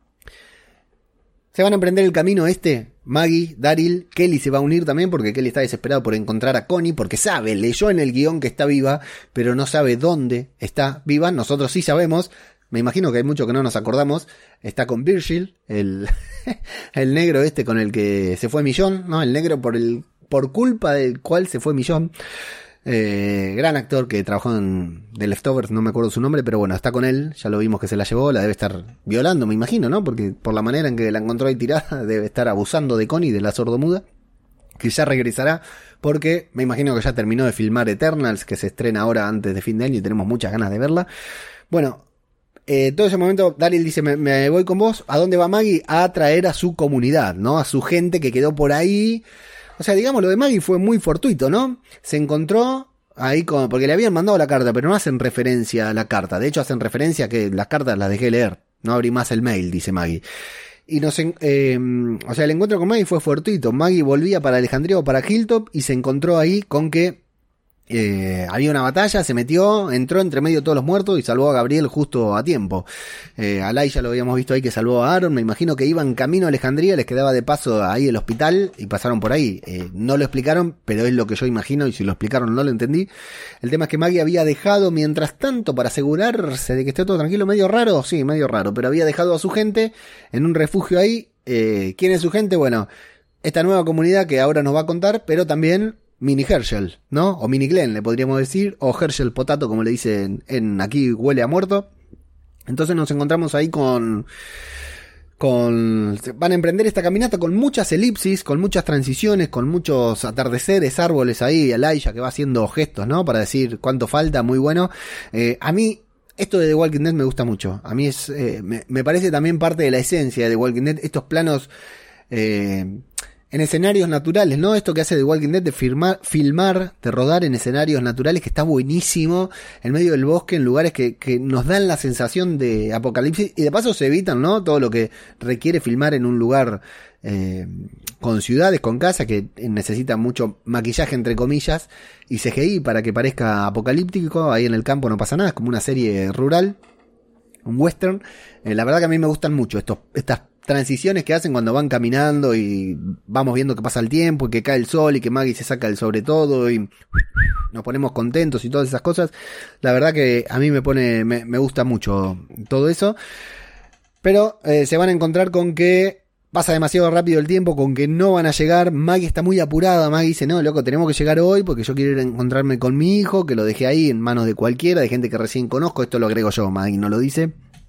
[SPEAKER 2] se van a emprender el camino este, Maggie, Daryl, Kelly se va a unir también porque Kelly está desesperado por encontrar a Connie, porque sabe, leyó en el guión que está viva, pero no sabe dónde está viva. Nosotros sí sabemos, me imagino que hay mucho que no nos acordamos. Está con Virgil, el, el negro este con el que se fue Millón, ¿no? El negro por el por culpa del cual se fue Millón. Eh, gran actor que trabajó en The Leftovers, no me acuerdo su nombre, pero bueno, está con él, ya lo vimos que se la llevó, la debe estar violando, me imagino, ¿no? Porque por la manera en que la encontró ahí tirada, debe estar abusando de Connie, de la sordomuda, que ya regresará, porque me imagino que ya terminó de filmar Eternals, que se estrena ahora antes de fin de año y tenemos muchas ganas de verla. Bueno, eh, todo ese momento Daryl dice, me, me voy con vos. ¿A dónde va Maggie? A traer a su comunidad, ¿no? A su gente que quedó por ahí. O sea, digamos, lo de Maggie fue muy fortuito, ¿no? Se encontró ahí con, porque le habían mandado la carta, pero no hacen referencia a la carta. De hecho, hacen referencia a que las cartas las dejé leer. No abrí más el mail, dice Maggie. Y nos, eh, o sea, el encuentro con Maggie fue fortuito. Maggie volvía para Alejandría o para Hilltop y se encontró ahí con que Eh, había una batalla, se metió, entró entre medio de todos los muertos y salvó a Gabriel justo a tiempo. Eh, a Lai ya lo habíamos visto ahí que salvó a Aaron. Me imagino que iban camino a Alejandría, les quedaba de paso ahí el hospital y pasaron por ahí. Eh, no lo explicaron, pero es lo que yo imagino y si lo explicaron no lo entendí. El tema es que Maggie había dejado, mientras tanto, para asegurarse de que esté todo tranquilo, medio raro, sí, medio raro, pero había dejado a su gente en un refugio ahí. Eh, ¿quién es su gente? Bueno, esta nueva comunidad que ahora nos va a contar, pero también mini Herschel, ¿no? O mini Glenn, le podríamos decir, o Herschel Potato, como le dicen en Aquí Huele a Muerto. Entonces nos encontramos ahí con... Con, van a emprender esta caminata con muchas elipsis, con muchas transiciones, con muchos atardeceres, árboles ahí, Elijah que va haciendo gestos, ¿no? Para decir cuánto falta, muy bueno. Eh, a mí, esto de The Walking Dead me gusta mucho. A mí es, eh, me, me parece también parte de la esencia de The Walking Dead, estos planos eh, en escenarios naturales, ¿no? Esto que hace The Walking Dead de firmar, filmar, de rodar en escenarios naturales, que está buenísimo, en medio del bosque, en lugares que, que nos dan la sensación de apocalipsis, y de paso se evitan, ¿no? Todo lo que requiere filmar en un lugar eh, con ciudades, con casas, que necesita mucho maquillaje, entre comillas, y C G I para que parezca apocalíptico. Ahí en el campo no pasa nada, es como una serie rural, un western. Eh, la verdad que a mí me gustan mucho estos, estas transiciones que hacen cuando van caminando y vamos viendo que pasa el tiempo y que cae el sol y que Maggie se saca el sobre todo y nos ponemos contentos y todas esas cosas. La verdad que a mí me pone, me, me gusta mucho todo eso. Pero eh, se van a encontrar con que pasa demasiado rápido el tiempo, con que no van a llegar. Maggie está muy apurada. Maggie dice, no, loco, tenemos que llegar hoy porque yo quiero ir a encontrarme con mi hijo, que lo dejé ahí en manos de cualquiera, de gente que recién conozco. Esto lo agrego yo, Maggie no lo dice.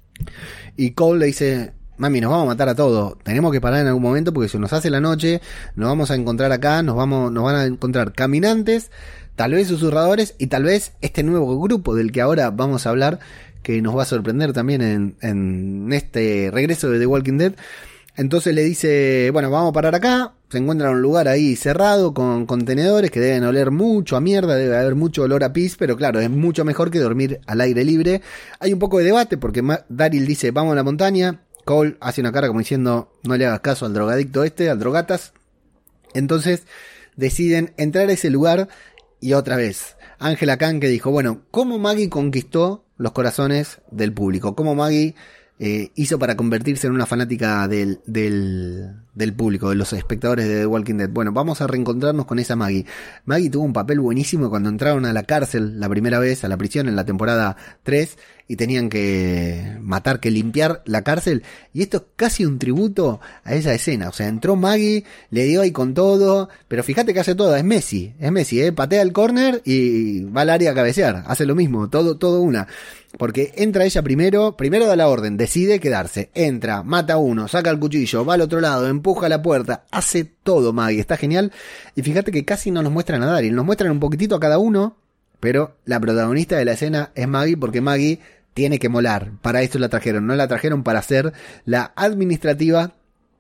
[SPEAKER 2] Y Cole le dice, mami, nos vamos a matar a todos, tenemos que parar en algún momento porque si nos hace la noche, nos vamos a encontrar acá, nos vamos, nos van a encontrar caminantes, tal vez susurradores y tal vez este nuevo grupo del que ahora vamos a hablar, que nos va a sorprender también en, en este regreso de The Walking Dead. Entonces le dice, bueno, vamos a parar acá, se encuentra en un lugar ahí cerrado con contenedores que deben oler mucho a mierda, debe haber mucho olor a pis, pero claro, es mucho mejor que dormir al aire libre. Hay un poco de debate porque Daryl dice, vamos a la montaña. Cole hace una cara como diciendo, no le hagas caso al drogadicto este, al drogatas. Entonces deciden entrar a ese lugar y otra vez, Angela Kang que dijo, bueno, ¿cómo Maggie conquistó los corazones del público? ¿Cómo Maggie eh, hizo para convertirse en una fanática del, del, del público, de los espectadores de The Walking Dead? Bueno, vamos a reencontrarnos con esa Maggie. Maggie tuvo un papel buenísimo cuando entraron a la cárcel la primera vez, a la prisión en la temporada tres, y tenían que matar, que limpiar la cárcel, y esto es casi un tributo a esa escena. O sea, entró Maggie, le dio ahí con todo, pero fíjate que hace todo, es Messi, es Messi, eh, patea el córner y va al área a cabecear, hace lo mismo, todo, todo una, porque entra ella primero, primero da la orden, decide quedarse, entra, mata a uno, saca el cuchillo, va al otro lado, empuja la puerta, hace todo Maggie, está genial. Y fíjate que casi no nos muestran a Daryl, nos muestran un poquitito a cada uno, pero la protagonista de la escena es Maggie, porque Maggie tiene que molar, para esto la trajeron, no la trajeron para ser la administrativa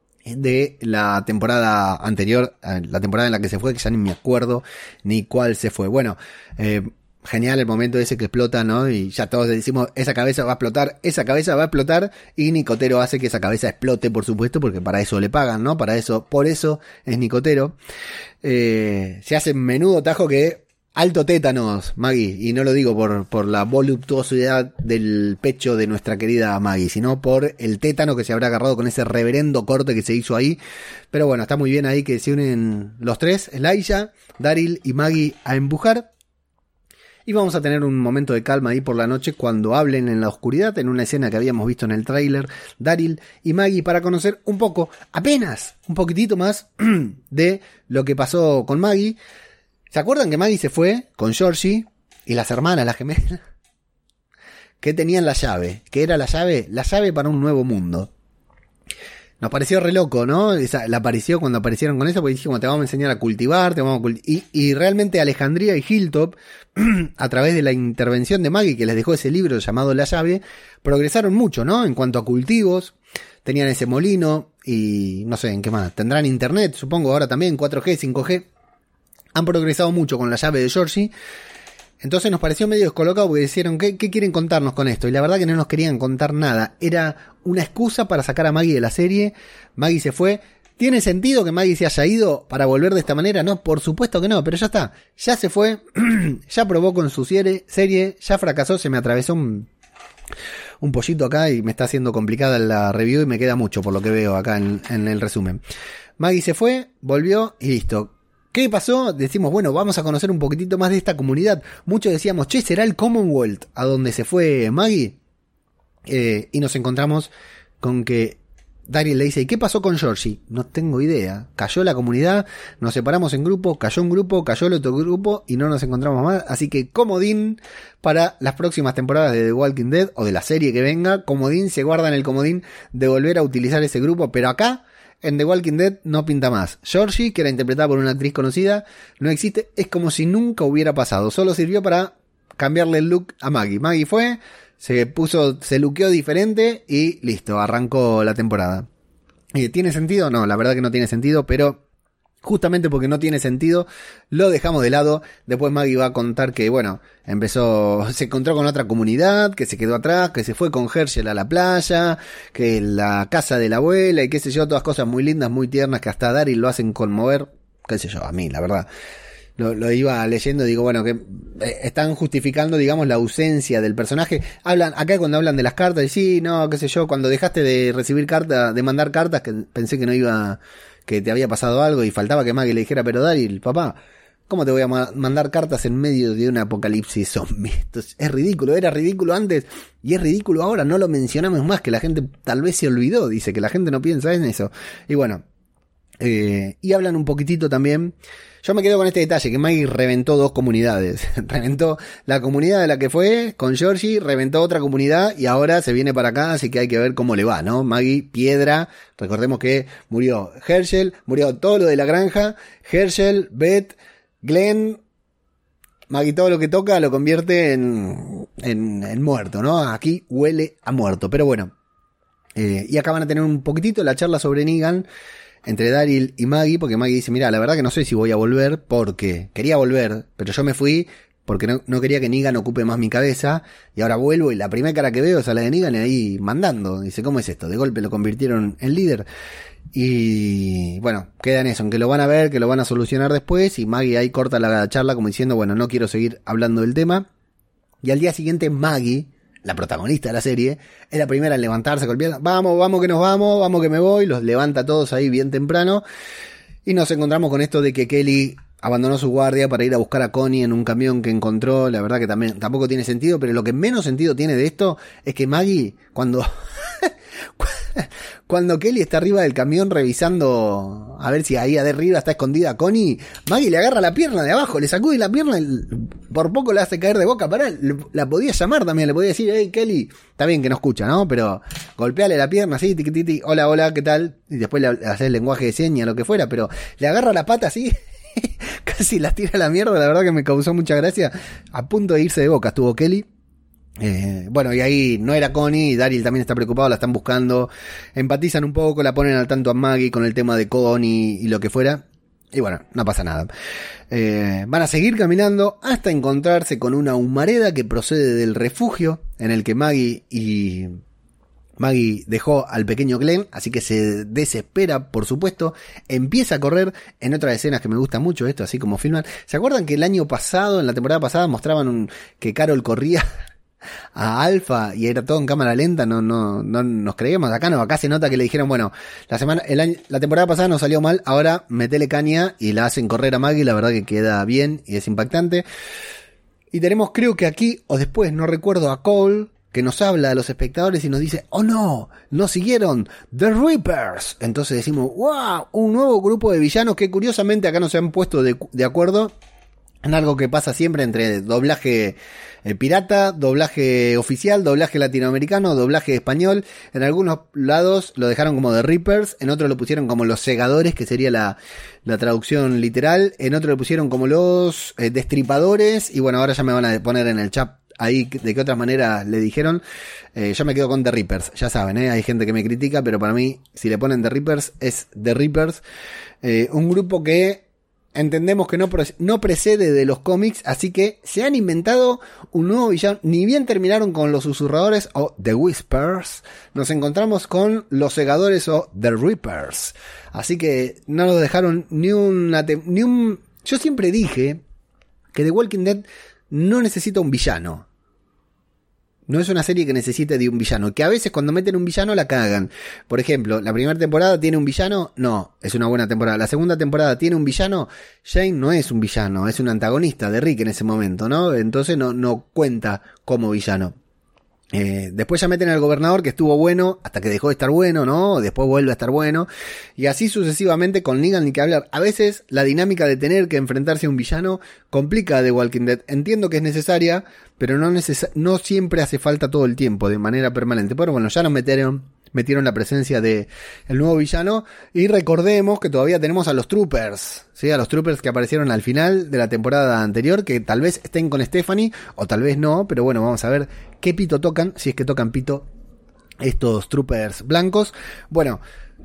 [SPEAKER 2] de la temporada anterior, la temporada en la que se fue, que ya ni me acuerdo ni cuál se fue. Bueno, eh, genial el momento ese que explota, ¿no? Y ya todos decimos, esa cabeza va a explotar, esa cabeza va a explotar, y Nicotero hace que esa cabeza explote, por supuesto, porque para eso le pagan, ¿no? Para eso, por eso es Nicotero. Eh, se hace menudo tajo que alto tétanos, Maggie, y no lo digo por, por la voluptuosidad del pecho de nuestra querida Maggie, sino por el tétano que se habrá agarrado con ese reverendo corte que se hizo ahí. Pero bueno, está muy bien ahí que se unen los tres, Elijah, Daryl y Maggie, a empujar. Y vamos a tener un momento de calma ahí por la noche cuando hablen en la oscuridad, en una escena que habíamos visto en el tráiler, Daryl y Maggie, para conocer un poco, apenas un poquitito más de lo que pasó con Maggie. ¿Se acuerdan que Maggie se fue con Georgie y las hermanas, las gemelas, que tenían la llave? ¿Qué era la llave? La llave para un nuevo mundo. Nos pareció re loco, ¿no? Esa, la apareció cuando aparecieron con eso, porque dijimos, te vamos a enseñar a cultivar, te vamos a culti- y, y realmente Alejandría y Hilltop, a través de la intervención de Maggie, que les dejó ese libro llamado La Llave, progresaron mucho, ¿no? En cuanto a cultivos, tenían ese molino, y no sé, ¿en qué más? Tendrán internet, supongo, ahora también, cuatro G, cinco G. Han progresado mucho con la llave de Georgie. Entonces nos pareció medio descolocado porque dijeron, ¿qué, ¿qué quieren contarnos con esto? Y la verdad que no nos querían contar nada. Era una excusa para sacar a Maggie de la serie. Maggie se fue. ¿Tiene sentido que Maggie se haya ido para volver de esta manera? No, por supuesto que no, pero ya está. Ya se fue. Ya probó con su serie, serie. Ya fracasó. Se me atravesó un, un pollito acá y me está haciendo complicada la review y me queda mucho por lo que veo acá en, en el resumen. Maggie se fue, volvió y listo. ¿Qué pasó? Decimos, bueno, vamos a conocer un poquitito más de esta comunidad. Muchos decíamos, che, ¿será el Commonwealth a donde se fue Maggie? Eh, y nos encontramos con que Daryl le dice, ¿y qué pasó con Georgie? No tengo idea. Cayó la comunidad, nos separamos en grupo, cayó un grupo, cayó el otro grupo y no nos encontramos más. Así que comodín para las próximas temporadas de The Walking Dead o de la serie que venga. Comodín, se guardan el comodín de volver a utilizar ese grupo, pero acá en The Walking Dead no pinta más. Georgie, que era interpretada por una actriz conocida, no existe. Es como si nunca hubiera pasado. Solo sirvió para cambiarle el look a Maggie. Maggie fue... Se puso, se luqueó diferente y listo, arrancó la temporada. Eh, ¿Tiene sentido? No, la verdad que no tiene sentido, pero justamente porque no tiene sentido, lo dejamos de lado. Después Maggie va a contar que, bueno, empezó, se encontró con otra comunidad, que se quedó atrás, que se fue con Herschel a la playa, que la casa de la abuela y qué sé yo, todas cosas muy lindas, muy tiernas que hasta Daryl lo hacen conmover, qué sé yo, a mí, la verdad. Lo, lo iba leyendo, digo, bueno, que eh, están justificando, digamos, la ausencia del personaje. Hablan, acá cuando hablan de las cartas, y sí, no, qué sé yo, cuando dejaste de recibir cartas, de mandar cartas, que pensé que no iba, que te había pasado algo y faltaba que Maggie le dijera, pero Daryl, papá, ¿cómo te voy a ma- mandar cartas en medio de un apocalipsis zombie? Entonces, es ridículo, era ridículo antes y es ridículo ahora, no lo mencionamos más, que la gente tal vez se olvidó, dice que la gente no piensa en eso. Y bueno, eh, y hablan un poquitito también. Yo me quedo con este detalle, que Maggie reventó dos comunidades. Reventó la comunidad de la que fue con Georgie, reventó otra comunidad y ahora se viene para acá, así que hay que ver cómo le va, ¿no? Maggie, piedra, recordemos que murió Herschel, murió todo lo de la granja, Herschel, Beth, Glenn, Maggie todo lo que toca lo convierte en, en, en muerto, ¿no? Aquí huele a muerto, pero bueno. Eh, y acá van a tener un poquitito la charla sobre Negan entre Daryl y Maggie, porque Maggie dice, mira, la verdad que no sé si voy a volver, porque quería volver, pero yo me fui porque no, no quería que Negan ocupe más mi cabeza, y ahora vuelvo y la primera cara que veo es a la de Negan ahí mandando. Dice, ¿cómo es esto? De golpe lo convirtieron en líder. Y bueno, queda en eso, en que lo van a ver, que lo van a solucionar después, y Maggie ahí corta la charla como diciendo, bueno, no quiero seguir hablando del tema. Y al día siguiente Maggie, la protagonista de la serie, es la primera en levantarse, golpeando, vamos, vamos que nos vamos, vamos que me voy, los levanta a todos ahí bien temprano, y nos encontramos con esto de que Kelly abandonó su guardia para ir a buscar a Connie en un camión que encontró. La verdad que también tampoco tiene sentido, pero lo que menos sentido tiene de esto es que Maggie, cuando cuando Kelly está arriba del camión revisando a ver si ahí arriba está escondida Connie, Maggie le agarra la pierna de abajo, le sacude la pierna, por poco la hace caer de boca. Pará, la podía llamar también, le podía decir, hey Kelly, está bien que no escucha, ¿no? Pero golpeale la pierna así, tiqui, tiqui, hola, hola, ¿qué tal? Y después le hace el lenguaje de señas, lo que fuera, pero le agarra la pata así, casi la tira a la mierda. La verdad que me causó mucha gracia. A punto de irse de boca estuvo Kelly. Eh, bueno, y ahí no era Connie, y Daryl también está preocupado, la están buscando, empatizan un poco, la ponen al tanto a Maggie con el tema de Connie y lo que fuera, y bueno, no pasa nada. Eh, van a seguir caminando hasta encontrarse con una humareda que procede del refugio en el que Maggie y Maggie dejó al pequeño Glenn, así que se desespera, por supuesto, empieza a correr. En otras escenas que me gusta mucho esto, así como filman, ¿se acuerdan que el año pasado, en la temporada pasada, mostraban un, que Carol corría a Alpha y era todo en cámara lenta? No, no, no nos creíamos. Acá no, acá se nota que le dijeron, bueno, la semana, el año, la temporada pasada nos salió mal, ahora metele caña y la hacen correr a Maggie. La verdad que queda bien y es impactante. Y tenemos, creo que aquí o después, no recuerdo, a Cole, que nos habla a los espectadores y nos dice, oh no, nos siguieron The Reapers. Entonces decimos, wow, un nuevo grupo de villanos que curiosamente acá no se han puesto de, de acuerdo en algo que pasa siempre entre doblaje eh, pirata, doblaje oficial, doblaje latinoamericano, doblaje español. En algunos lados lo dejaron como The Reapers, en otros lo pusieron como los segadores, que sería la, la traducción literal, en otros lo pusieron como los eh, destripadores, y bueno, ahora ya me van a poner en el chat ahí de qué otra manera le dijeron. Eh, yo me quedo con The Reapers, ya saben, ¿eh? Hay gente que me critica, pero para mí, si le ponen The Reapers, es The Reapers. Eh, un grupo que entendemos que no, no precede de los cómics, así que se han inventado un nuevo villano. Ni bien terminaron con los susurradores o The Whispers, nos encontramos con los segadores o The Reapers. Así que no nos dejaron ni una... ni un... Yo siempre dije que The Walking Dead no necesita un villano. No es una serie que necesite de un villano. Que a veces cuando meten un villano la cagan. Por ejemplo, la primera temporada tiene un villano. No, es una buena temporada. La segunda temporada tiene un villano. Jane no es un villano, es un antagonista de Rick en ese momento, ¿no? Entonces no, no cuenta como villano. Eh, después ya meten al gobernador, que estuvo bueno hasta que dejó de estar bueno, ¿no? Después vuelve a estar bueno. Y así sucesivamente con Negan ni que hablar. A veces la dinámica de tener que enfrentarse a un villano complica The Walking Dead. Entiendo que es necesaria, pero no, neces- no siempre hace falta todo el tiempo, de manera permanente. Pero bueno, ya nos metieron... metieron la presencia de el nuevo villano y recordemos que todavía tenemos a los Troopers, ¿sí? A los Troopers que aparecieron al final de la temporada anterior, que tal vez estén con Stephanie o tal vez no, pero bueno, vamos a ver qué pito tocan, si es que tocan pito estos Troopers blancos. Bueno,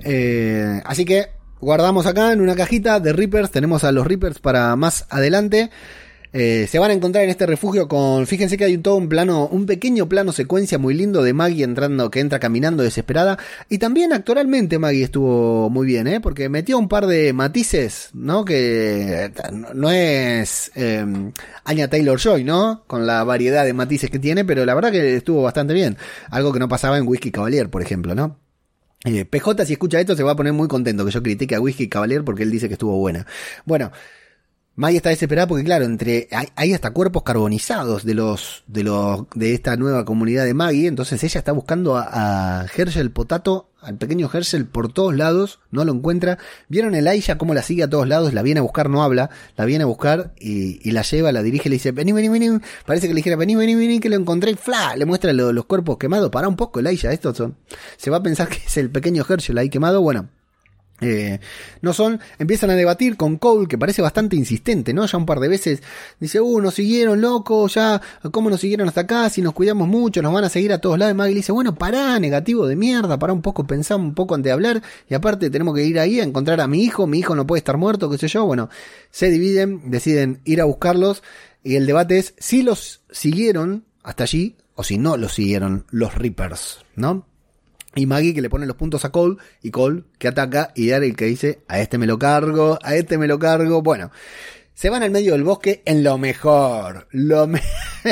[SPEAKER 2] eh, así que guardamos acá en una cajita de Reapers, tenemos a los Reapers para más adelante. Eh, se van a encontrar en este refugio con, fíjense que hay todo un plano, un pequeño plano secuencia muy lindo de Maggie entrando, que entra caminando desesperada, y también actoralmente Maggie estuvo muy bien, eh, porque metió un par de matices, ¿no? Que no es eh, Anya Taylor-Joy, ¿no? Con la variedad de matices que tiene, pero la verdad que estuvo bastante bien, algo que no pasaba en Whiskey Cavalier, por ejemplo, ¿no? Eh, P J, si escucha esto, se va a poner muy contento que yo critique a Whiskey Cavalier porque él dice que estuvo buena. Bueno, Maggie está desesperada porque claro, entre hay, hay hasta cuerpos carbonizados de los de los de esta nueva comunidad de Maggie, entonces ella está buscando a, a Herschel Potato, al pequeño Herschel por todos lados, no lo encuentra. ¿Vieron Elijah cómo la sigue a todos lados? La viene a buscar, no habla, la viene a buscar y, y la lleva, la dirige, le dice, vení, vení, vení, parece que le dijera, vení, vení, vení, que lo encontré, fla, le muestra lo, los cuerpos quemados, pará un poco Elijah, estos son, se va a pensar que es el pequeño Herschel ahí quemado, bueno. Eh, no son, empiezan a debatir con Cole, que parece bastante insistente, ¿no? Ya un par de veces dice, uh, nos siguieron, loco, ya, ¿cómo nos siguieron hasta acá? Si nos cuidamos mucho, nos van a seguir a todos lados. Y Maggie le dice, bueno, pará, negativo de mierda, pará un poco, pensá un poco antes de hablar, y aparte tenemos que ir ahí a encontrar a mi hijo, mi hijo no puede estar muerto, qué sé yo. Bueno, se dividen, deciden ir a buscarlos, y el debate es si los siguieron hasta allí, o si no los siguieron los Reapers, ¿no? Y Maggie que le pone los puntos a Cole, y Cole que ataca, y Daryl que dice, a este me lo cargo, a este me lo cargo. Bueno, se van al medio del bosque en lo mejor, lo me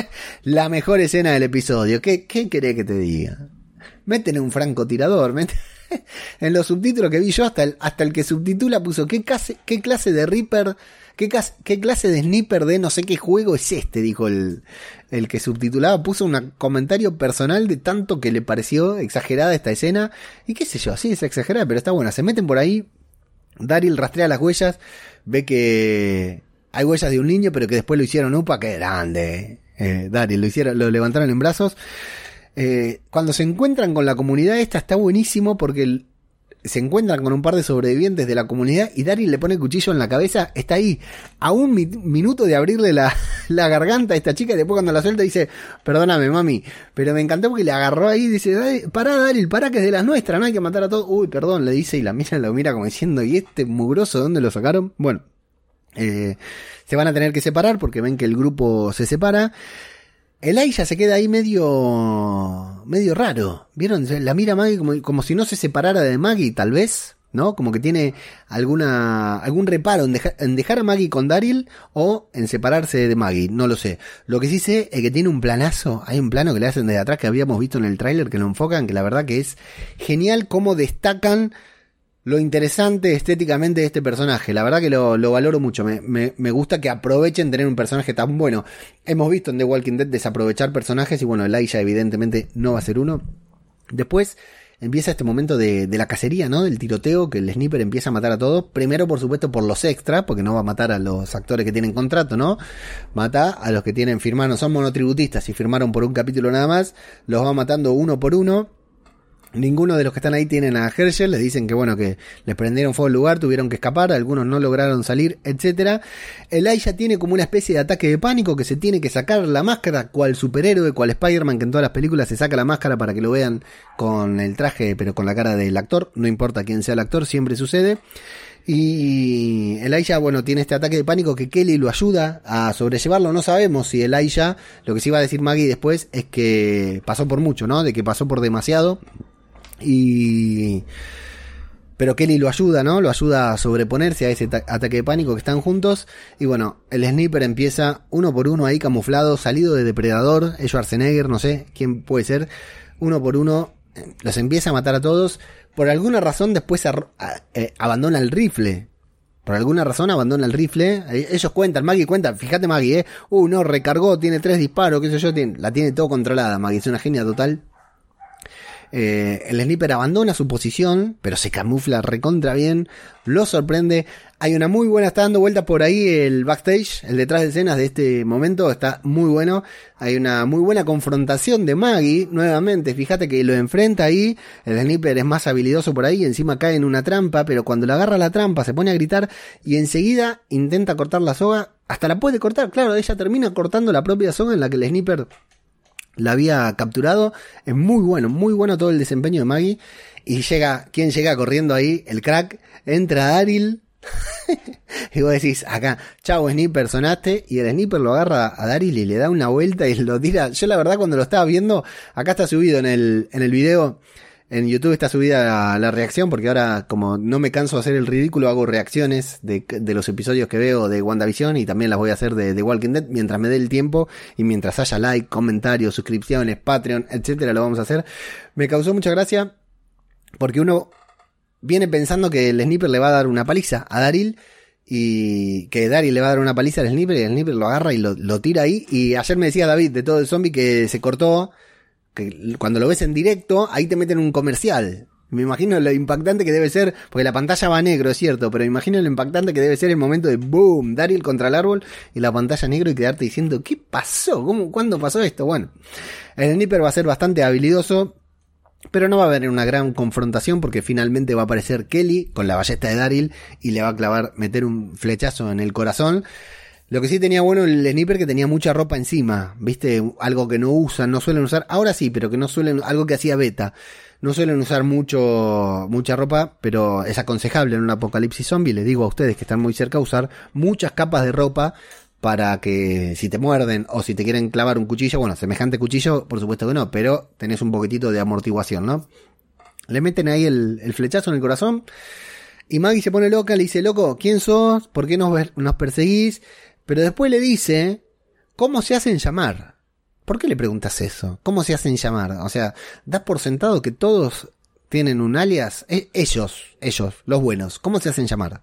[SPEAKER 2] la mejor escena del episodio. ¿Qué, qué querés que te diga? Meten un francotirador, meten... En los subtítulos que vi yo, hasta el, hasta el que subtitula puso, ¿qué clase, qué clase de Reaper... ¿Qué, ¿Qué clase de sniper de no sé qué juego es este? Dijo el, el que subtitulaba. Puso un comentario personal de tanto que le pareció exagerada esta escena. Y qué sé yo, sí es exagerada, pero está buena. Se meten por ahí. Daryl rastrea las huellas. Ve que hay huellas de un niño, pero que después lo hicieron upa. ¡Qué grande! Eh, Daryl lo hicieron, lo levantaron en brazos. Eh, cuando se encuentran con la comunidad esta está buenísimo porque... El, se encuentran con un par de sobrevivientes de la comunidad y Daryl le pone el cuchillo en la cabeza, está ahí a un mi- minuto de abrirle la, la garganta a esta chica y después cuando la suelta dice, perdóname mami, pero me encantó porque le agarró ahí y dice, pará Daryl, pará que es de las nuestras, no hay que matar a todos, uy perdón, le dice y la mira, lo mira como diciendo, ¿y este mugroso dónde lo sacaron? Bueno, eh, se van a tener que separar porque ven que el grupo se separa. Elijah se queda ahí medio medio raro, ¿vieron? La mira Maggie como, como si no se separara de Maggie, tal vez, ¿no? Como que tiene alguna algún reparo en, deja, en dejar a Maggie con Daryl o en separarse de Maggie, no lo sé. Lo que sí sé es que tiene un planazo, hay un plano que le hacen desde atrás que habíamos visto en el tráiler, que lo enfocan, que la verdad que es genial cómo destacan lo interesante estéticamente de este personaje. La verdad que lo, lo valoro mucho. Me, me, me gusta que aprovechen tener un personaje tan bueno. Hemos visto en The Walking Dead desaprovechar personajes y bueno, Elijah evidentemente no va a ser uno. Después empieza este momento de, de la cacería, ¿no? Del tiroteo, que el sniper empieza a matar a todos. Primero, por supuesto, por los extras, porque no va a matar a los actores que tienen contrato, ¿no? Mata a los que tienen firmado, no son monotributistas y firmaron por un capítulo nada más. Los va matando uno por uno. Ninguno de los que están ahí tienen a Herschel, les dicen que bueno, que les prendieron fuego al lugar, tuvieron que escapar, algunos no lograron salir, etcétera. Elijah tiene como una especie de ataque de pánico que se tiene que sacar la máscara, cual superhéroe, cual Spider-Man, que en todas las películas se saca la máscara para que lo vean con el traje, pero con la cara del actor, no importa quién sea el actor, siempre sucede. Y Elijah, bueno, tiene este ataque de pánico que Kelly lo ayuda a sobrellevarlo. No sabemos si Elijah, lo que sí va a decir Maggie después es que pasó por mucho, ¿no? De que pasó por demasiado. Y pero Kelly lo ayuda, ¿no? Lo ayuda a sobreponerse a ese ta- ataque de pánico que están juntos. Y bueno, el sniper empieza uno por uno ahí camuflado, salido de depredador, ellos Schwarzenegger, no sé quién puede ser. Uno por uno los empieza a matar a todos. Por alguna razón después a, a, eh, abandona el rifle. por alguna razón abandona el rifle. Ellos cuentan, Maggie cuenta, fíjate Maggie, eh, uh, no, recargó, tiene tres disparos, qué sé yo, tiene, la tiene todo controlada Maggie, es una genia total. Eh, el sniper abandona su posición, pero se camufla recontra bien, lo sorprende. Hay una muy buena, está dando vueltas por ahí el backstage, el detrás de escenas de este momento, está muy bueno. Hay una muy buena confrontación de Maggie, nuevamente, fíjate que lo enfrenta ahí, el sniper es más habilidoso por ahí, encima cae en una trampa, pero cuando le agarra la trampa se pone a gritar y enseguida intenta cortar la soga, hasta la puede cortar, claro, ella termina cortando la propia soga en la que el sniper la había capturado. Es muy bueno, muy bueno todo el desempeño de Maggie. Y llega, ¿quién llega corriendo ahí? El crack, entra Daryl. Y vos decís, acá, chau sniper, sonaste. Y el sniper lo agarra a Daryl y le da una vuelta y lo tira. Yo la verdad cuando lo estaba viendo, acá está subido en el, en el video. En YouTube está subida la, la reacción, porque ahora, como no me canso de hacer el ridículo, hago reacciones de, de los episodios que veo de WandaVision y también las voy a hacer de The Walking Dead mientras me dé el tiempo y mientras haya like, comentarios, suscripciones, Patreon, etcétera, lo vamos a hacer. Me causó mucha gracia porque uno viene pensando que el sniper le va a dar una paliza a Daryl y que Daryl le va a dar una paliza al sniper y el sniper lo agarra y lo, lo tira ahí. Y ayer me decía David de todo el zombie que se cortó, que cuando lo ves en directo, ahí te meten un comercial. Me imagino lo impactante que debe ser, porque la pantalla va a negro, es cierto, pero imagino lo impactante que debe ser el momento de boom, Daryl contra el árbol y la pantalla negro y quedarte diciendo, ¿qué pasó? ¿Cómo, ¿Cuándo pasó esto? Bueno, el sniper va a ser bastante habilidoso, pero no va a haber una gran confrontación porque finalmente va a aparecer Kelly con la ballesta de Daryl y le va a clavar, meter un flechazo en el corazón. Lo que sí tenía bueno el sniper, que tenía mucha ropa encima, viste, algo que no usan, no suelen usar, ahora sí, pero que no suelen, algo que hacía Beta, no suelen usar mucho, mucha ropa, pero es aconsejable en un apocalipsis zombie, les digo a ustedes que están muy cerca, usar muchas capas de ropa para que si te muerden o si te quieren clavar un cuchillo, bueno, semejante cuchillo, por supuesto que no, pero tenés un poquitito de amortiguación, ¿no? Le meten ahí el, el flechazo en el corazón y Maggie se pone loca, le dice, loco, ¿quién sos? ¿Por qué nos, nos perseguís? Pero después le dice, ¿cómo se hacen llamar? ¿Por qué le preguntas eso? ¿Cómo se hacen llamar? O sea, das por sentado que todos tienen un alias. Eh, ellos, ellos, los buenos, ¿cómo se hacen llamar?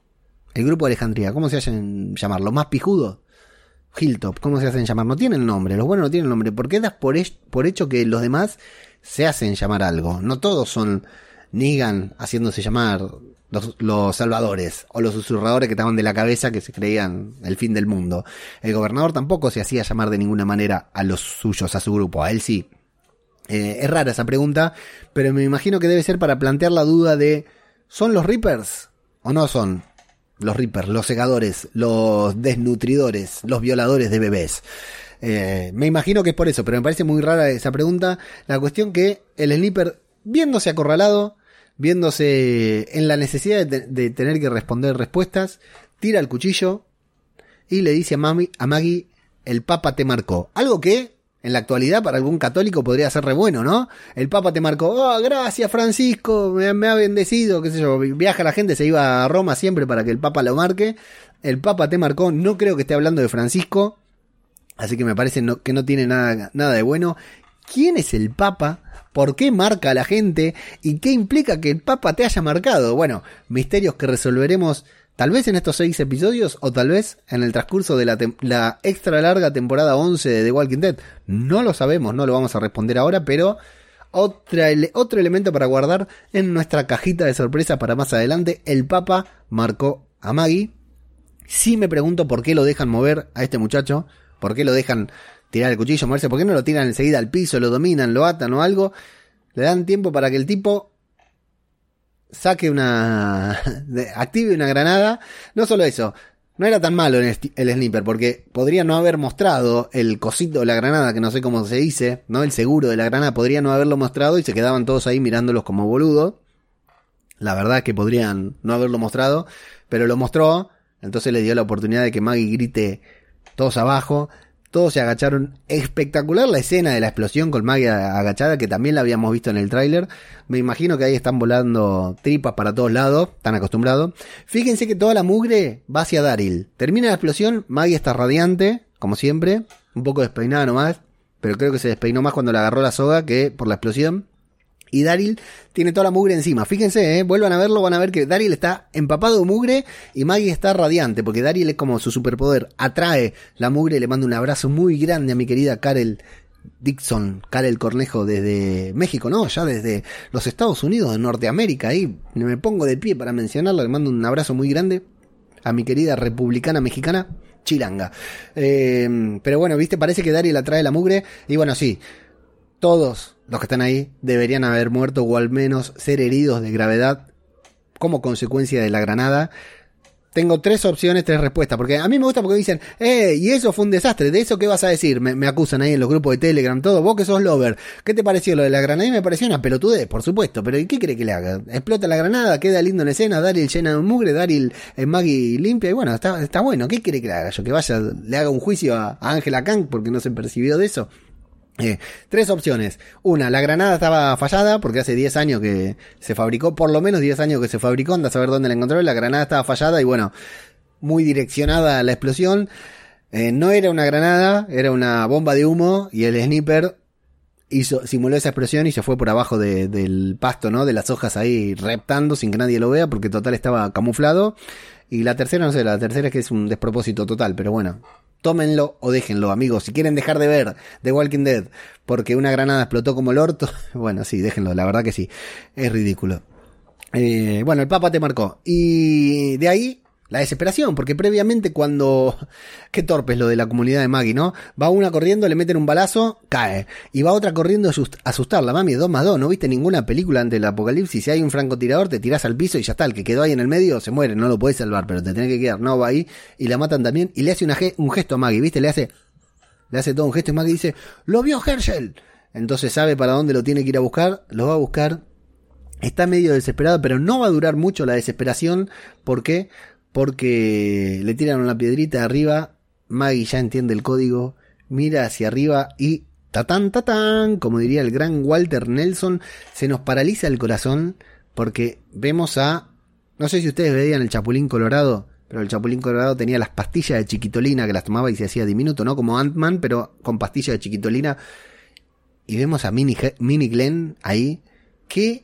[SPEAKER 2] El grupo de Alejandría, ¿cómo se hacen llamar? ¿Los más pijudos? Hilltop, ¿cómo se hacen llamar? No tienen nombre, los buenos no tienen nombre. ¿Por qué das por, he- por hecho que los demás se hacen llamar algo? No todos son Negan haciéndose llamar los, los salvadores o los susurradores que estaban de la cabeza, que se creían el fin del mundo. El gobernador tampoco se hacía llamar de ninguna manera a los suyos, a su grupo, a él sí. Eh, es rara esa pregunta, pero me imagino que debe ser para plantear la duda de ¿son los Reapers o no son los Reapers, los segadores, los desnutridores, los violadores de bebés? Eh, me imagino que es por eso, pero me parece muy rara esa pregunta. La cuestión que el sniper, viéndose acorralado, viéndose en la necesidad de, de tener que responder respuestas, tira el cuchillo y le dice a, Mami, a Maggie, el Papa te marcó. Algo que en la actualidad para algún católico podría ser re bueno, ¿no? El Papa te marcó, oh, gracias Francisco, me, me ha bendecido, qué sé yo, viaja la gente, se iba a Roma siempre para que el Papa lo marque. El Papa te marcó, no creo que esté hablando de Francisco, así que me parece no, que no tiene nada, nada de bueno. ¿Quién es el Papa? ¿Por qué marca a la gente? ¿Y qué implica que el Papa te haya marcado? Bueno, misterios que resolveremos tal vez en estos seis episodios o tal vez en el transcurso de la, tem- la extra larga temporada once de The Walking Dead. No lo sabemos, no lo vamos a responder ahora, pero otra ele- otro elemento para guardar en nuestra cajita de sorpresa para más adelante. El Papa marcó a Maggie. Sí me pregunto por qué lo dejan mover a este muchacho, por qué lo dejan tirar el cuchillo, moverse, ¿por qué no lo tiran enseguida al piso, lo dominan, lo atan o algo? Le dan tiempo para que el tipo saque una... active una granada. No solo eso, no era tan malo el, el sniper, porque podría no haber mostrado el cosito de la granada, que no sé cómo se dice, ¿no? El seguro de la granada, podría no haberlo mostrado y se quedaban todos ahí mirándolos como boludos. La verdad es que podrían no haberlo mostrado, pero lo mostró, entonces le dio la oportunidad de que Maggie grite todos abajo. Todos se agacharon. Espectacular la escena de la explosión con Maggie agachada, que también la habíamos visto en el tráiler. Me imagino que ahí están volando tripas para todos lados, están acostumbrados. Fíjense que toda la mugre va hacia Daryl. Termina la explosión, Maggie está radiante, como siempre, un poco despeinada nomás, pero creo que se despeinó más cuando le agarró la soga que por la explosión. Y Daryl tiene toda la mugre encima. Fíjense, eh, vuelvan a verlo, van a ver que Daryl está empapado de mugre y Maggie está radiante, porque Daryl es como su superpoder, atrae la mugre. Le mando un abrazo muy grande a mi querida Carol Dixon, Carol Cornejo desde México, no, ya desde los Estados Unidos de Norteamérica. Ahí me pongo de pie para mencionarla. Le mando un abrazo muy grande a mi querida republicana mexicana, chilanga. Eh, pero bueno, viste, parece que Daryl atrae la mugre. Y bueno, sí, todos los que están ahí deberían haber muerto o al menos ser heridos de gravedad como consecuencia de la granada. Tengo tres opciones, tres respuestas, porque a mí me gusta porque dicen, eh, y eso fue un desastre, ¿de eso qué vas a decir? Me, me acusan ahí en los grupos de Telegram, todo, vos que sos lover, ¿qué te pareció lo de la granada? Y me pareció una pelotudez, por supuesto, pero ¿y qué cree que le haga? Explota la granada, queda lindo en la escena, Daryl llena de mugre, Daryl en Maggie limpia, y bueno, está, está bueno, ¿qué quiere que le haga yo? Que vaya, le haga un juicio a, a Angela Kang porque no se percibió de eso. Eh, tres opciones. Una, la granada estaba fallada porque hace diez años que se fabricó, por lo menos diez años que se fabricó, anda a saber dónde la encontraron. La granada estaba fallada y bueno, muy direccionada a la explosión. Eh, no era una granada, era una bomba de humo y el sniper hizo, simuló esa explosión y se fue por abajo de, del pasto, ¿no? De las hojas ahí reptando sin que nadie lo vea porque total estaba camuflado. Y la tercera, no sé, la tercera es que es un despropósito total, pero bueno. Tómenlo o déjenlo, amigos. Si quieren dejar de ver The Walking Dead porque una granada explotó como el orto, bueno, sí, déjenlo, la verdad que sí. Es ridículo. Eh, bueno, el Papa te marcó. Y de ahí, la desesperación, porque previamente cuando... Qué torpe es lo de la comunidad de Maggie, ¿no? Va una corriendo, le meten un balazo, cae. Y va otra corriendo a asustarla. Mami, dos más dos, ¿no viste ninguna película antes del apocalipsis? Si hay un francotirador, te tirás al piso y ya está. El que quedó ahí en el medio se muere, no lo podés salvar, pero te tenés que quedar. No, va ahí y la matan también. Y le hace una ge- un gesto a Maggie, ¿viste? Le hace... Le hace todo un gesto y Maggie dice, ¡lo vio Herschel! Entonces sabe para dónde lo tiene que ir a buscar, lo va a buscar. Está medio desesperado, pero no va a durar mucho la desesperación. ¿Por qué? Porque le tiran una piedrita arriba, Maggie ya entiende el código, mira hacia arriba y tatán, tatán, como diría el gran Walter Nelson, se nos paraliza el corazón porque vemos a, no sé si ustedes veían el Chapulín Colorado, pero el Chapulín Colorado tenía las pastillas de chiquitolina que las tomaba y se hacía diminuto, ¿no? Como Ant-Man, pero con pastillas de chiquitolina. Y vemos a Mini, Mini Glenn ahí. ¿Qué,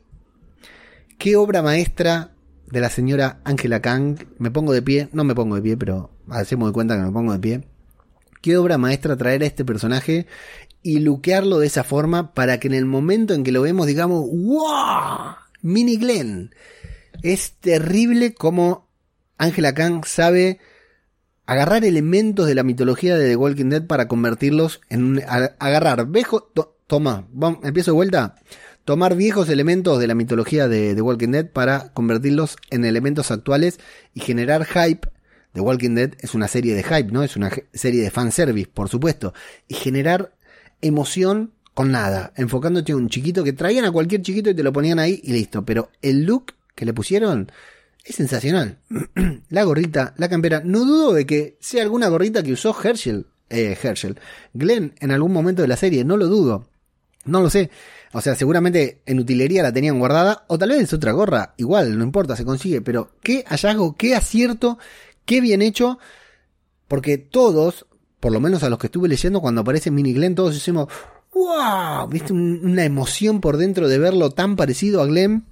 [SPEAKER 2] qué obra maestra de la señora Angela Kang? Me pongo de pie, no me pongo de pie, pero hacemos de cuenta que me pongo de pie. Qué obra maestra traer a este personaje y luquearlo de esa forma para que en el momento en que lo vemos digamos, ¡wow! Mini Glenn. Es terrible como Angela Kang sabe agarrar elementos de la mitología de The Walking Dead para convertirlos en un, a, agarrar, vejo, to, toma, vamos, empiezo de vuelta. Tomar viejos elementos de la mitología de The Walking Dead para convertirlos en elementos actuales y generar hype. The Walking Dead es una serie de hype, ¿no? Es una serie de fanservice, por supuesto. Y generar emoción con nada, enfocándote en un chiquito que traían a cualquier chiquito y te lo ponían ahí y listo. Pero el look que le pusieron es sensacional. La gorrita, la campera. No dudo de que sea alguna gorrita que usó Herschel, eh, Herschel, Glenn en algún momento de la serie, no lo dudo. No lo sé. O sea, seguramente en utilería la tenían guardada, o tal vez es otra gorra, igual, no importa, se consigue, pero qué hallazgo, qué acierto, qué bien hecho, porque todos, por lo menos a los que estuve leyendo, cuando aparece Mini Glenn, todos decimos, wow, viste un, una emoción por dentro de verlo tan parecido a Glenn,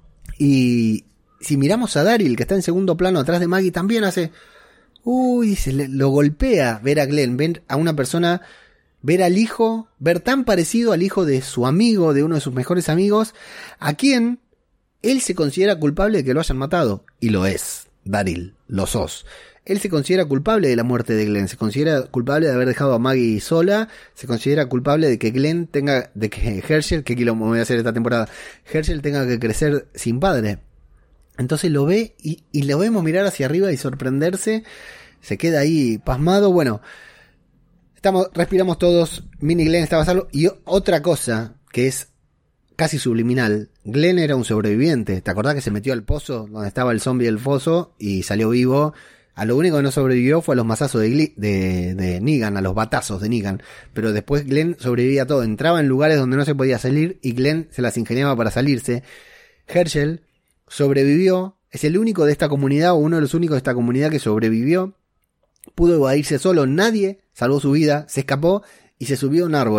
[SPEAKER 2] y si miramos a Daryl, que está en segundo plano atrás de Maggie, también hace, uy, se le, lo golpea ver a Glenn, ver a una persona... Ver al hijo, ver tan parecido al hijo de su amigo, de uno de sus mejores amigos, a quien él se considera culpable de que lo hayan matado. Y lo es, Daryl, lo sos. Él se considera culpable de la muerte de Glenn, se considera culpable de haber dejado a Maggie sola, se considera culpable de que Glenn tenga, de que Herschel, que quilombo voy a hacer esta temporada, Herschel tenga que crecer sin padre. Entonces lo ve y, y lo vemos mirar hacia arriba y sorprenderse, se queda ahí pasmado, bueno... Estamos, respiramos todos, Mini Glenn estaba salvo. Y otra cosa que es casi subliminal, Glenn era un sobreviviente. ¿Te acordás que se metió al pozo donde estaba el zombie del pozo y salió vivo? A lo único que no sobrevivió fue a los mazazos de, Gli- de, de Negan, a los batazos de Negan. Pero después Glenn sobrevivía a todo. Entraba en lugares donde no se podía salir y Glenn se las ingeniaba para salirse. Herschel sobrevivió, es el único de esta comunidad o uno de los únicos de esta comunidad que sobrevivió. Pudo evadirse solo, nadie salvó su vida, se escapó y se subió a un árbol.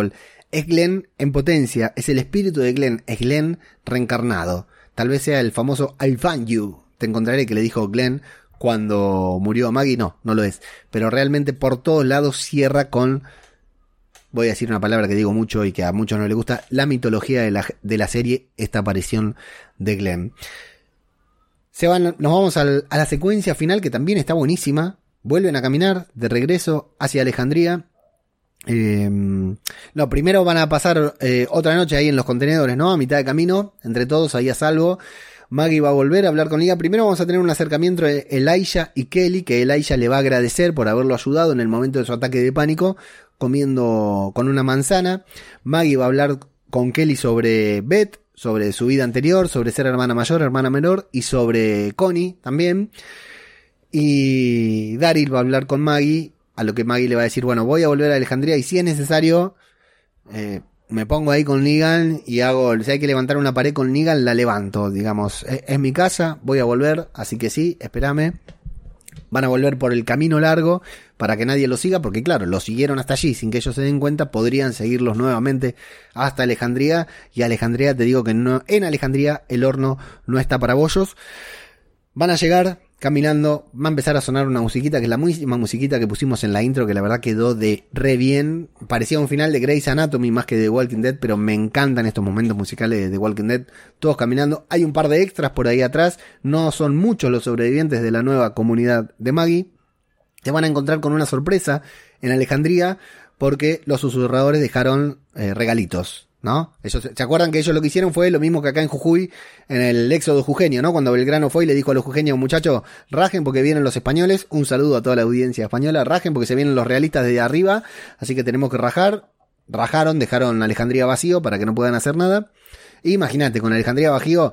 [SPEAKER 2] Es Glenn en potencia, es el espíritu de Glenn, es Glenn reencarnado. Tal vez sea el famoso I'll find you, te encontraré, que le dijo Glenn cuando murió Maggie. No, no lo es. Pero realmente por todos lados cierra con, voy a decir una palabra que digo mucho y que a muchos no les gusta, la mitología de la, de la serie, esta aparición de Glenn. Se van, nos vamos al, a la secuencia final, que también está buenísima. Vuelven a caminar de regreso hacia Alejandría. Eh, no, primero van a pasar eh, otra noche ahí en los contenedores, ¿no? A mitad de camino, entre todos ahí a salvo. Maggie va a volver a hablar con ella. Primero vamos a tener un acercamiento de Elijah y Kelly, que Elijah le va a agradecer por haberlo ayudado en el momento de su ataque de pánico, comiendo con una manzana. Maggie va a hablar con Kelly sobre Beth, sobre su vida anterior, sobre ser hermana mayor, hermana menor, y sobre Connie también. Y Daryl va a hablar con Maggie, a lo que Maggie le va a decir, bueno, voy a volver a Alejandría y si es necesario, eh, me pongo ahí con Negan y hago, si hay que levantar una pared con Negan, la levanto, digamos. Es, es mi casa, voy a volver, así que sí, espérame. Van a volver por el camino largo para que nadie los siga, porque claro, los siguieron hasta allí sin que ellos se den cuenta, podrían seguirlos nuevamente hasta Alejandría, y Alejandría, te digo que no, en Alejandría el horno no está para bollos. Van a llegar caminando, va a empezar a sonar una musiquita, que es la misma musiquita que pusimos en la intro, que la verdad quedó de re bien. Parecía un final de Grey's Anatomy más que de Walking Dead, pero me encantan estos momentos musicales de The Walking Dead. Todos caminando, hay un par de extras por ahí atrás, no son muchos los sobrevivientes de la nueva comunidad de Maggie. Te van a encontrar con una sorpresa en Alejandría, porque los susurradores dejaron eh, regalitos, ¿no? Ellos, ¿se acuerdan que ellos lo que hicieron fue lo mismo que acá en Jujuy, en el éxodo jujeño, ¿no? Cuando Belgrano fue y le dijo a los jujeños, muchachos, rajen porque vienen los españoles. Un saludo a toda la audiencia española, rajen porque se vienen los realistas desde arriba, así que tenemos que rajar. Rajaron, dejaron Alejandría vacío para que no puedan hacer nada. E imagínate, con Alejandría vacío,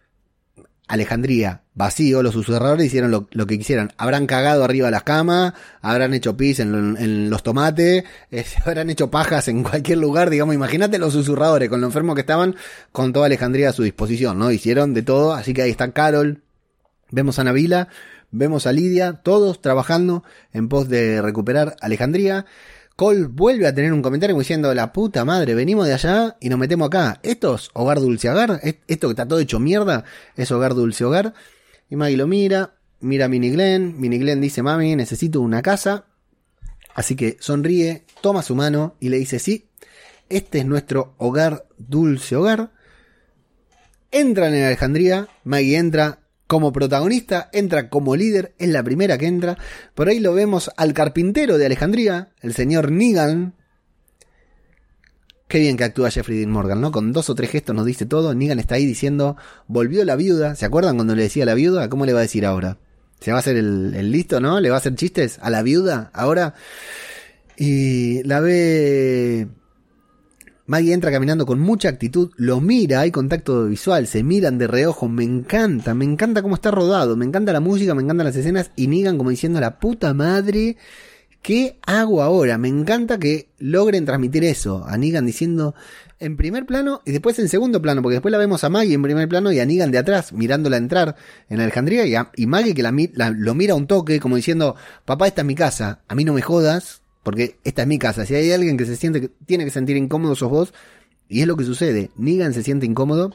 [SPEAKER 2] Alejandría vacío, los susurradores hicieron lo, lo que quisieran. Habrán cagado arriba de las camas, habrán hecho pis en, en los tomates, eh, habrán hecho pajas en cualquier lugar, digamos. Imagínate los susurradores con lo enfermos que estaban, con toda Alejandría a su disposición, ¿no? Hicieron de todo, así que ahí está Carol, vemos a Nabila, vemos a Lidia, todos trabajando en pos de recuperar Alejandría. Cole vuelve a tener un comentario diciendo, la puta madre, venimos de allá y nos metemos acá. ¿Esto es hogar dulce hogar? ¿Esto que está todo hecho mierda es hogar dulce hogar? Y Maggie lo mira, mira a Mini Glenn. Mini Glenn dice, mami, necesito una casa. Así que sonríe, toma su mano y le dice, sí, este es nuestro hogar dulce hogar. Entran en Alejandría, Maggie entra como protagonista, entra como líder, es la primera que entra. Por ahí lo vemos al carpintero de Alejandría, el señor Negan. Qué bien que actúa Jeffrey Dean Morgan, ¿no? Con dos o tres gestos nos dice todo. Negan está ahí diciendo, volvió la viuda. ¿Se acuerdan cuando le decía a la viuda? ¿Cómo le va a decir ahora? ¿Se va a hacer el, el listo, no? ¿Le va a hacer chistes a la viuda ahora? Y la ve... Maggie entra caminando con mucha actitud, lo mira, hay contacto visual, se miran de reojo, me encanta, me encanta cómo está rodado, me encanta la música, me encantan las escenas, y Negan como diciendo, la puta madre, ¿qué hago ahora? Me encanta que logren transmitir eso, a Negan diciendo en primer plano y después en segundo plano, porque después la vemos a Maggie en primer plano y a Negan de atrás, mirándola entrar en Alejandría, y, a, y Maggie que la, la, lo mira un toque, como diciendo, papá, esta es mi casa, a mí no me jodas, porque esta es mi casa. Si hay alguien que se siente que tiene que sentir incómodo, sos vos. Y es lo que sucede. Negan se siente incómodo.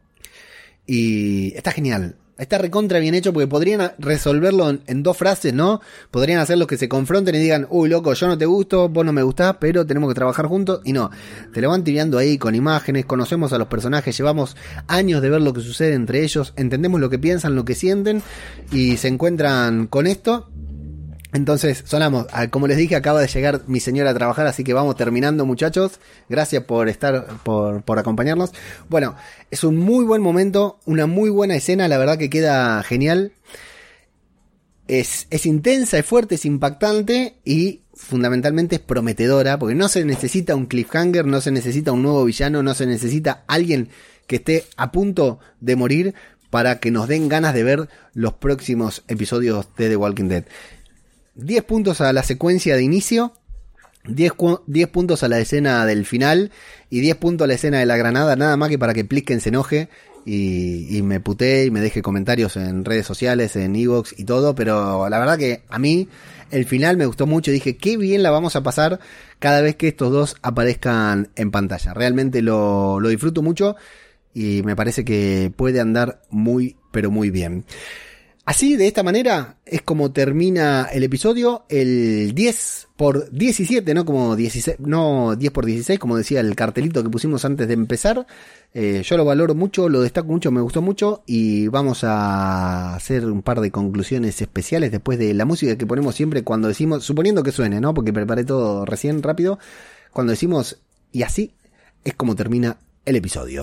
[SPEAKER 2] Y está genial. Está recontra bien hecho porque podrían resolverlo en, en dos frases, ¿no? Podrían hacer los que se confronten y digan, uy, loco, yo no te gusto, vos no me gustás, pero tenemos que trabajar juntos. Y no, te lo van tirando ahí con imágenes, conocemos a los personajes, llevamos años de ver lo que sucede entre ellos, entendemos lo que piensan, lo que sienten, y se encuentran con esto. Entonces, sonamos, como les dije, acaba de llegar mi señora a trabajar, así que vamos terminando, muchachos. Gracias por estar, por, por acompañarnos. Bueno, es un muy buen momento, una muy buena escena, la verdad que queda genial. Es, es intensa, es fuerte, es impactante y fundamentalmente es prometedora, porque no se necesita un cliffhanger, no se necesita un nuevo villano, no se necesita alguien que esté a punto de morir para que nos den ganas de ver los próximos episodios de The Walking Dead. diez puntos a la secuencia de inicio, diez, diez puntos a la escena del final y diez puntos a la escena de la granada, nada más que para que Plisken se enoje y, y me puté y me deje comentarios en redes sociales, en iVoox y todo, pero la verdad que a mí el final me gustó mucho. Dije, qué bien la vamos a pasar cada vez que estos dos aparezcan en pantalla. Realmente lo, lo disfruto mucho y me parece que puede andar muy, pero muy bien. Así, de esta manera, es como termina el episodio, el diez por diecisiete, ¿no? Como dieciséis, no diez por dieciséis, como decía el cartelito que pusimos antes de empezar. Eh, yo lo valoro mucho, lo destaco mucho, me gustó mucho y vamos a hacer un par de conclusiones especiales después de la música que ponemos siempre cuando decimos, suponiendo que suene, ¿no? Porque preparé todo recién rápido, cuando decimos, y así es como termina el episodio.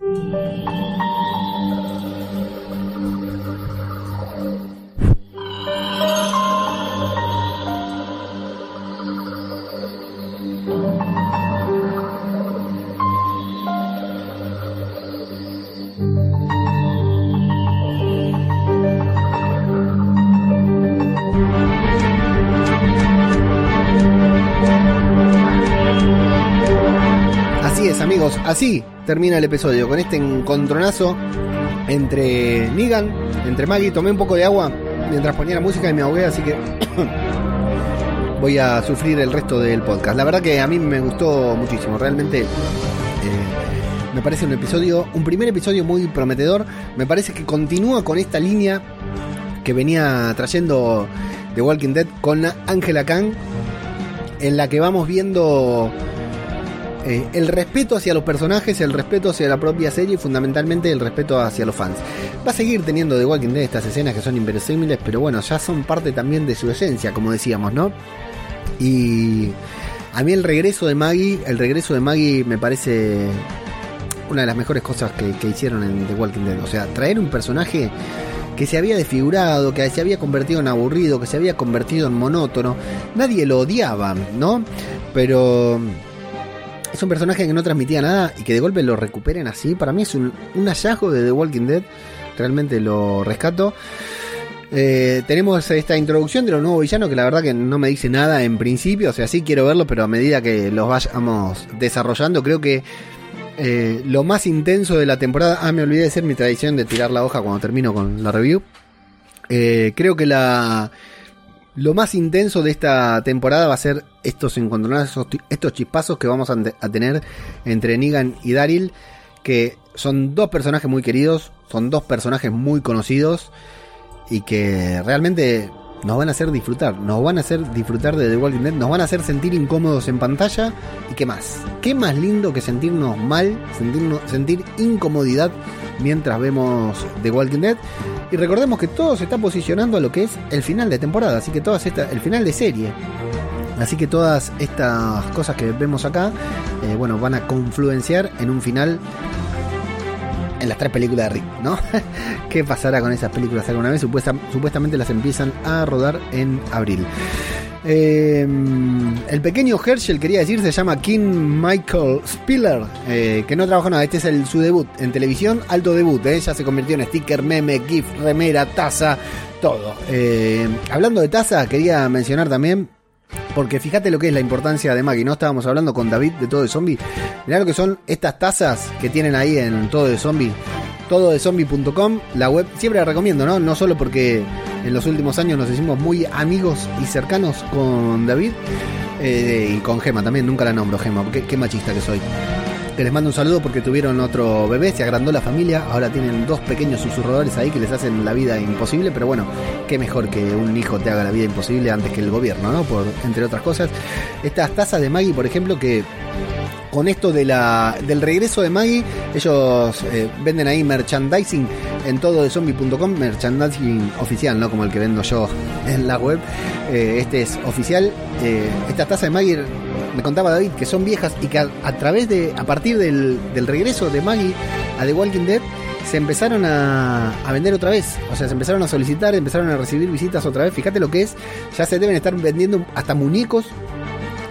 [SPEAKER 2] Así es, amigos, así termina el episodio, con este encontronazo entre Negan, entre Maggie. Tomé un poco de agua mientras ponía la música y me ahogué, así que voy a sufrir el resto del podcast. La verdad que a mí me gustó muchísimo, realmente eh, me parece un episodio, un primer episodio muy prometedor. Me parece que continúa con esta línea que venía trayendo The Walking Dead con Angela Kang, en la que vamos viendo Eh, el respeto hacia los personajes, el respeto hacia la propia serie y fundamentalmente el respeto hacia los fans. Va a seguir teniendo The Walking Dead estas escenas que son inverosímiles, pero bueno, ya son parte también de su esencia, como decíamos, ¿no? Y a mí el regreso de Maggie, el regreso de Maggie me parece una de las mejores cosas que, que hicieron en The Walking Dead. O sea, traer un personaje que se había desfigurado, que se había convertido en aburrido, que se había convertido en monótono. Nadie lo odiaba, ¿no? Pero es un personaje que no transmitía nada y que de golpe lo recuperen así. Para mí es un, un hallazgo de The Walking Dead. Realmente lo rescato. Eh, tenemos esta introducción de los nuevos villanos que la verdad que no me dice nada en principio. O sea, sí quiero verlo, pero a medida que los vayamos desarrollando, creo que eh, lo más intenso de la temporada... Ah, me olvidé de hacer mi tradición de tirar la hoja cuando termino con la review. Eh, creo que la... Lo más intenso de esta temporada va a ser estos encontronazos, estos chispazos que vamos a, a tener entre Negan y Daryl, que son dos personajes muy queridos, son dos personajes muy conocidos y que realmente nos van a hacer disfrutar, nos van a hacer disfrutar de The Walking Dead, nos van a hacer sentir incómodos en pantalla. ¿Y qué más? ¿Qué más lindo que sentirnos mal, sentirnos, sentir incomodidad mientras vemos The Walking Dead? Y recordemos que todo se está posicionando a lo que es el final de temporada, así que todas estas, el final de serie. Así que todas estas cosas que vemos acá, eh, bueno, van a confluenciar en un final en las tres películas de Rick, ¿no? ¿Qué pasará con esas películas alguna vez? Supuesta, supuestamente las empiezan a rodar en abril. Eh, el pequeño Herschel, quería decir, se llama King Michael Spiller, eh, que no trabajó nada. Este es el, su debut en televisión, alto debut, eh, ya se convirtió en sticker, meme, gif, remera, taza, todo. Eh, hablando de taza, quería mencionar también, porque fíjate lo que es la importancia de Maggie, ¿no? Estábamos hablando con David de Todo de Zombie. Mirá lo que son estas tazas que tienen ahí en Todo de Zombie, todo de zombie punto com, la web. Siempre la recomiendo, ¿no? No solo porque en los últimos años nos hicimos muy amigos y cercanos con David, eh, y con Gema también, nunca la nombro, Gema, porque qué machista que soy. Que les mando un saludo porque tuvieron otro bebé, se agrandó la familia, ahora tienen dos pequeños susurradores ahí que les hacen la vida imposible, pero bueno, qué mejor que un hijo te haga la vida imposible antes que el gobierno, ¿no? Por, entre otras cosas. Estas tazas de Maggie, por ejemplo, que con esto de la, del regreso de Maggie, ellos eh, venden ahí merchandising en todo de zombie punto com, merchandising oficial, no como el que vendo yo en la web. Eh, este es oficial. Eh, estas tazas de Maggie, me contaba David, que son viejas y que a, a través de, a partir del, del regreso de Maggie a The Walking Dead, se empezaron a, a vender otra vez. O sea, se empezaron a solicitar, empezaron a recibir visitas otra vez. Fíjate lo que es, ya se deben estar vendiendo hasta muñecos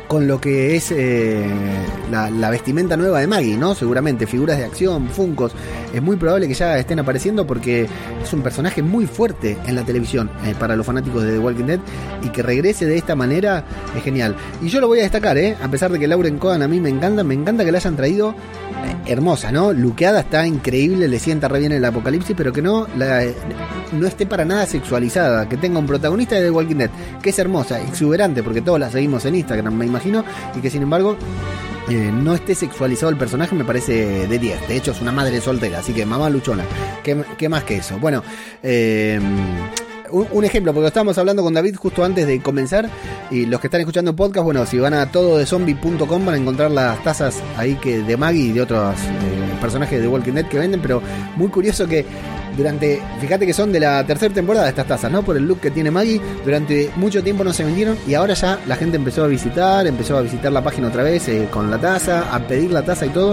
[SPEAKER 2] con lo que es eh, la, la vestimenta nueva de Maggie, ¿no? Seguramente, figuras de acción, funcos, es muy probable que ya estén apareciendo porque es un personaje muy fuerte en la televisión eh, para los fanáticos de The Walking Dead, y que regrese de esta manera es genial. Y yo lo voy a destacar, ¿eh? A pesar de que Lauren Cohan a mí me encanta, me encanta que la hayan traído eh, hermosa, ¿no? Luqueada, está increíble, le sienta re bien el apocalipsis, pero que no, la, no esté para nada sexualizada, que tenga un protagonista de The Walking Dead, que es hermosa, exuberante, porque todos la seguimos en Instagram, me imagino, y que sin embargo eh, no esté sexualizado el personaje, me parece de diez. De hecho es una madre soltera, así que mamá luchona, ¿qué, qué más que eso? Bueno, eh, un, un ejemplo, porque estábamos hablando con David justo antes de comenzar, y los que están escuchando el podcast, bueno, si van a todo de zombie punto com van a encontrar las tazas ahí que de Maggie y de otros eh, personajes de The Walking Dead que venden, pero muy curioso que durante, fíjate que son de la tercera temporada estas tazas, ¿no? Por el look que tiene Maggie, durante mucho tiempo no se vendieron y ahora ya la gente empezó a visitar, empezó a visitar la página otra vez eh, con la taza, a pedir la taza y todo.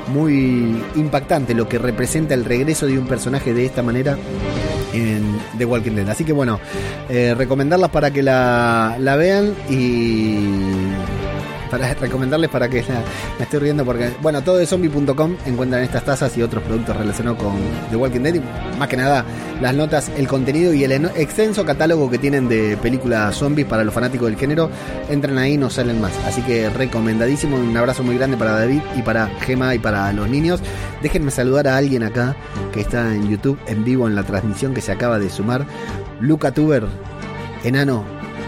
[SPEAKER 2] Muy impactante lo que representa el regreso de un personaje de esta manera en The Walking Dead. Así que bueno, eh, recomendarlas para que la, la vean y... para recomendarles para que la, me estoy riendo porque, bueno, todo de zombie punto com encuentran estas tazas y otros productos relacionados con The Walking Dead, y más que nada las notas, el contenido y el extenso catálogo que tienen de películas zombies para los fanáticos del género. Entran ahí, no salen más, así que recomendadísimo. Un abrazo muy grande para David y para Gema y para los niños. Déjenme saludar a alguien acá que está en YouTube en vivo en la transmisión, que se acaba de sumar. Luca Tuber, enano,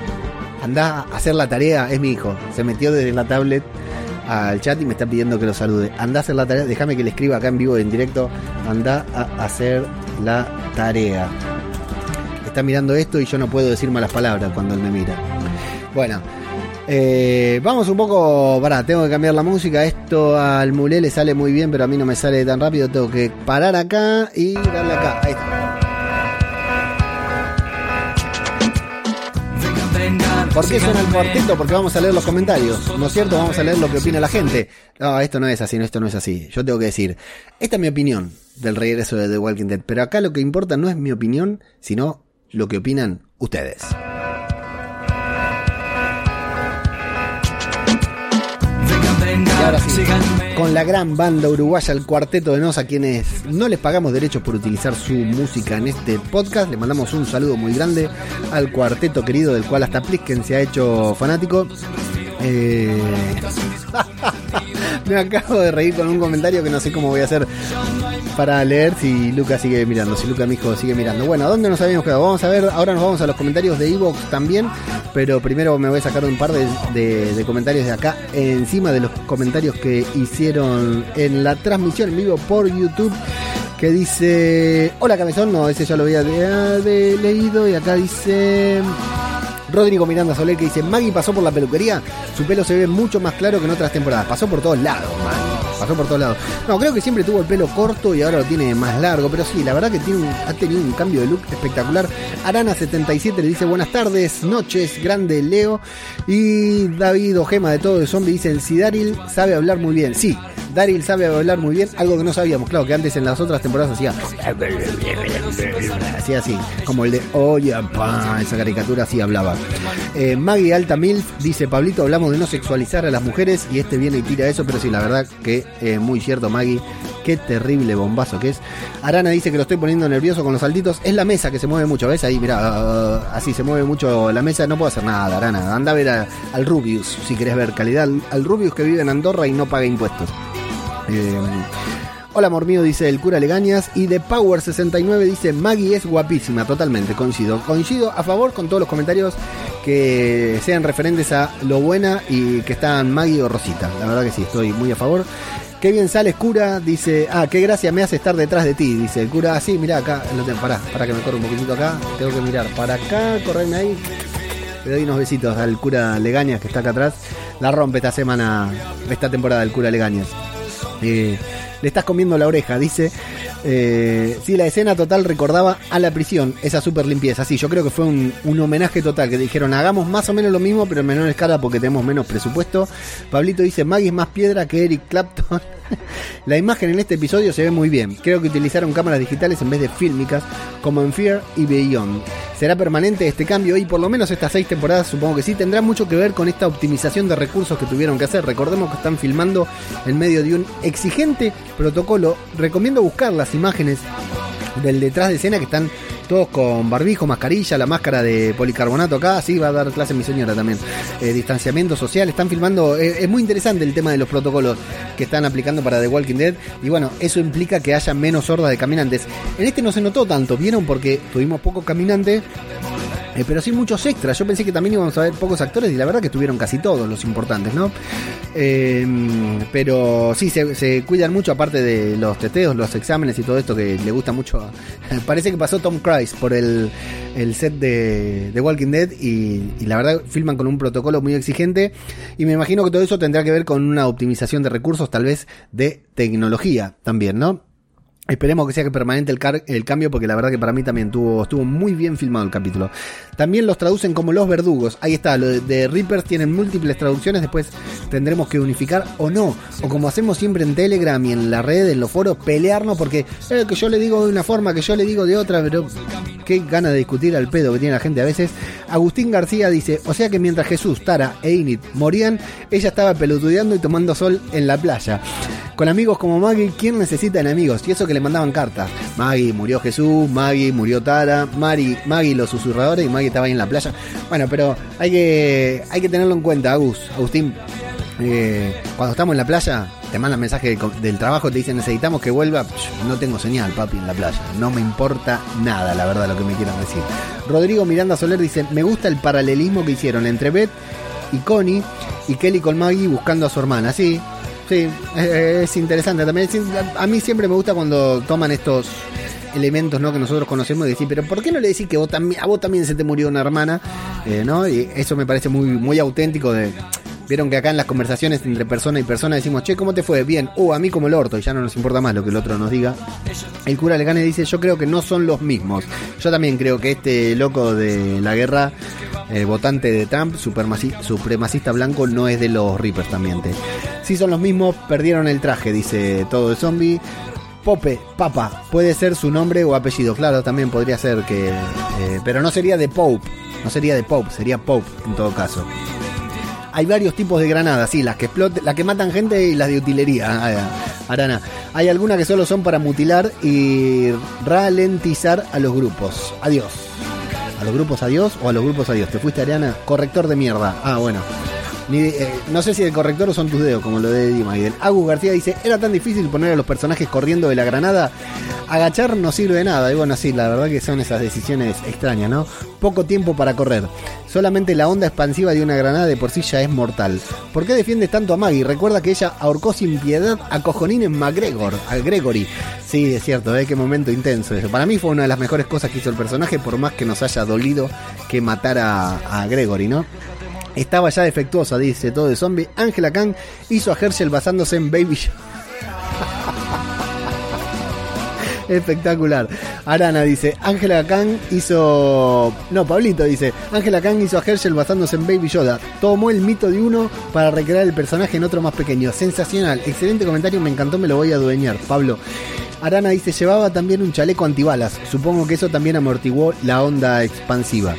[SPEAKER 2] andá a hacer la tarea, es mi hijo, se metió desde la tablet al chat y me está pidiendo que lo salude. Andá a hacer la tarea, déjame que le escriba acá en vivo en directo, andá a hacer la tarea. Está mirando esto y yo no puedo decir malas palabras cuando él me mira. Bueno, eh, vamos un poco, pará, tengo que cambiar la música, esto al mulé le sale muy bien, pero a mí no me sale tan rápido, tengo que parar acá y darle acá, ahí está. ¿Por qué suena el cuarteto? Porque vamos a leer los comentarios, ¿no es cierto? Vamos a leer lo que opina la gente. No, esto no es así, no, esto no es así. Yo tengo que decir, esta es mi opinión del regreso de The Walking Dead, pero acá lo que importa no es mi opinión, sino lo que opinan ustedes. Y ahora sí, con la gran banda uruguaya, el Cuarteto de Nos, a quienes no les pagamos derechos por utilizar su música en este podcast, le mandamos un saludo muy grande al cuarteto querido, del cual hasta Plisken se ha hecho fanático. Eh... Me acabo de reír con un comentario que no sé cómo voy a hacer para leer si Luca sigue mirando, si Luca mi hijo sigue mirando. Bueno, ¿a dónde nos habíamos quedado? Vamos a ver, ahora nos vamos a los comentarios de Evox también, pero primero me voy a sacar un par de, de, de comentarios de acá, encima de los comentarios que hicieron en la transmisión en vivo por YouTube, que dice: hola Cabezón, no, ese ya lo había de, de, leído, y acá dice... Rodrigo Miranda Soler, que dice: Maggie pasó por la peluquería, su pelo se ve mucho más claro que en otras temporadas. Pasó por todos lados, Maggie. Pasó por todos lados. No, creo que siempre tuvo el pelo corto y ahora lo tiene más largo, pero sí, la verdad que tiene un, ha tenido un cambio de look espectacular. Arana setenta y siete le dice: buenas tardes, noches, grande Leo. Y David Ojema de Todo de Zombie dice: si Daryl sabe hablar muy bien. Sí, Daryl sabe hablar muy bien, algo que no sabíamos, claro, que antes en las otras temporadas hacía hacía así, como el de oye, pa, esa caricatura así hablaba. eh, Maggie Alta Milf dice: Pablito, hablamos de no sexualizar a las mujeres y este viene y tira eso, pero sí, la verdad que eh, muy cierto, Maggie, qué terrible bombazo que es. Arana dice que lo estoy poniendo nervioso con los saltitos, es la mesa que se mueve mucho, ¿ves? Ahí, mirá, uh, así se mueve mucho la mesa, no puedo hacer nada, Arana, anda a ver a, al Rubius, si querés ver calidad, al, al Rubius que vive en Andorra y no paga impuestos. Eh, hola amor mío, dice el cura Legañas. Y de Power sesenta y nueve dice: Maggie es guapísima. Totalmente, coincido Coincido a favor con todos los comentarios que sean referentes a lo buena y que están Maggie o Rosita. La verdad que sí, estoy muy a favor. Qué bien sales, cura, dice: ah, qué gracia me hace estar detrás de ti, dice el cura. Ah, sí, mirá acá, lo tengo, pará, para que me corra un poquitito acá. Tengo que mirar para acá, correrme ahí. Le doy unos besitos al cura Legañas que está acá atrás. La rompe esta semana, esta temporada, el cura Legañas. Eh, le estás comiendo la oreja, dice. Eh, sí, la escena total recordaba a la prisión, esa super limpieza. Sí, yo creo que fue un, un homenaje total, que dijeron: hagamos más o menos lo mismo pero en menor escala porque tenemos menos presupuesto. Pablito dice: Maggie es más piedra que Eric Clapton. La imagen en este episodio se ve muy bien. Creo que utilizaron cámaras digitales en vez de fílmicas, como en Fear y Beyond. ¿Será permanente este cambio? Y por lo menos estas seis temporadas supongo que sí. Tendrá mucho que ver con esta optimización de recursos que tuvieron que hacer. Recordemos que están filmando en medio de un exigente protocolo. Recomiendo buscar las imágenes del detrás de escena, que están todos con barbijo, mascarilla, la máscara de policarbonato acá. Sí, va a dar clase mi señora también. Eh, distanciamiento social, están filmando. Eh, es muy interesante el tema de los protocolos que están aplicando para The Walking Dead. Y bueno, eso implica que haya menos hordas de caminantes. En este no se notó tanto, ¿vieron? Porque tuvimos pocos caminantes. Eh, pero sí muchos extras. Yo pensé que también íbamos a ver pocos actores y la verdad que estuvieron casi todos los importantes, ¿no? Eh, pero sí, se, se cuidan mucho, aparte de los testeos, los exámenes y todo esto que le gusta mucho. A, parece que pasó Tom Cruise por el, el set de, de Walking Dead y, y la verdad filman con un protocolo muy exigente y me imagino que todo eso tendrá que ver con una optimización de recursos, tal vez de tecnología también, ¿no? Esperemos que sea que permanente el, car- el cambio, porque la verdad que para mí también tuvo, estuvo muy bien filmado el capítulo. También los traducen como los verdugos. Ahí está, lo de, de Reapers tienen múltiples traducciones, después tendremos que unificar o no. O como hacemos siempre en Telegram y en la red, en los foros, pelearnos porque eh, que yo le digo de una forma, que yo le digo de otra, pero qué gana de discutir al pedo que tiene la gente a veces. Agustín García dice, o sea que mientras Jesús, Tara e Init morían, ella estaba pelotudeando y tomando sol en la playa. Con amigos como Maggie, ¿quién necesita enemigos? Y eso que le mandaban cartas. Maggie, murió Jesús, Maggie, murió Tara, Mari, Maggie, los susurradores, y Maggie estaba ahí en la playa. Bueno, pero hay que hay que tenerlo en cuenta, Agus, Agustín. Eh, cuando estamos en la playa, te mandan mensaje del, del trabajo, te dicen necesitamos que vuelva. No tengo señal, papi, en la playa. No me importa nada, la verdad, lo que me quieran decir. Rodrigo Miranda Soler dice, me gusta el paralelismo que hicieron entre Beth y Connie y Kelly con Maggie buscando a su hermana. Sí, sí, es, es interesante también. A mí siempre me gusta cuando toman estos elementos, ¿no?, que nosotros conocemos y decir, pero ¿por qué no le decís que vos también, a vos también se te murió una hermana? Eh, ¿no? Y eso me parece muy, muy auténtico de... Vieron que acá en las conversaciones entre persona y persona decimos, che, ¿cómo te fue? Bien. Uh, a mí como el orto, y ya no nos importa más lo que el otro nos diga. El cura Legane dice, yo creo que no son los mismos. Yo también creo que este loco de la guerra, eh, votante de Trump, supremaci- supremacista blanco, no es de los Reapers también. Te. Sí son los mismos, perdieron el traje, dice todo de zombie. Pope, Papa, puede ser su nombre o apellido. Claro, también podría ser que... Eh, pero no sería de Pope, no sería de Pope, sería Pope en todo caso. Hay varios tipos de granadas, sí, las que explotan, las que matan gente y las de utilería. Arana, hay algunas que solo son para mutilar y ralentizar a los grupos. Adiós. ¿A los grupos adiós o a los grupos adiós? ¿Te fuiste, Ariana? Corrector de mierda. Ah, bueno. Ni, eh, no sé si el corrector o son tus dedos, como lo de Dima. Y del Agus García dice, era tan difícil poner a los personajes corriendo de la granada. Agachar no sirve de nada. Y bueno, sí, la verdad que son esas decisiones extrañas, ¿no? Poco tiempo para correr. Solamente la onda expansiva de una granada de por sí ya es mortal. ¿Por qué defiendes tanto a Maggie? Recuerda que ella ahorcó sin piedad a cojonines McGregor, a Gregory. Sí, es cierto, ¿eh? Qué momento intenso eso. Para mí fue una de las mejores cosas que hizo el personaje, por más que nos haya dolido que matara a, a Gregory, ¿no? Estaba ya defectuosa, dice todo de zombie. Angela Kang hizo a Herschel basándose en Baby Yoda. Espectacular. Arana dice, Angela Kang hizo... No, Pablito dice, Angela Kang hizo a Herschel basándose en Baby Yoda. Tomó el mito de uno para recrear el personaje en otro más pequeño. Sensacional. Excelente comentario, me encantó, me lo voy a adueñar. Pablo. Arana dice, llevaba también un chaleco antibalas. Supongo que eso también amortiguó la onda expansiva.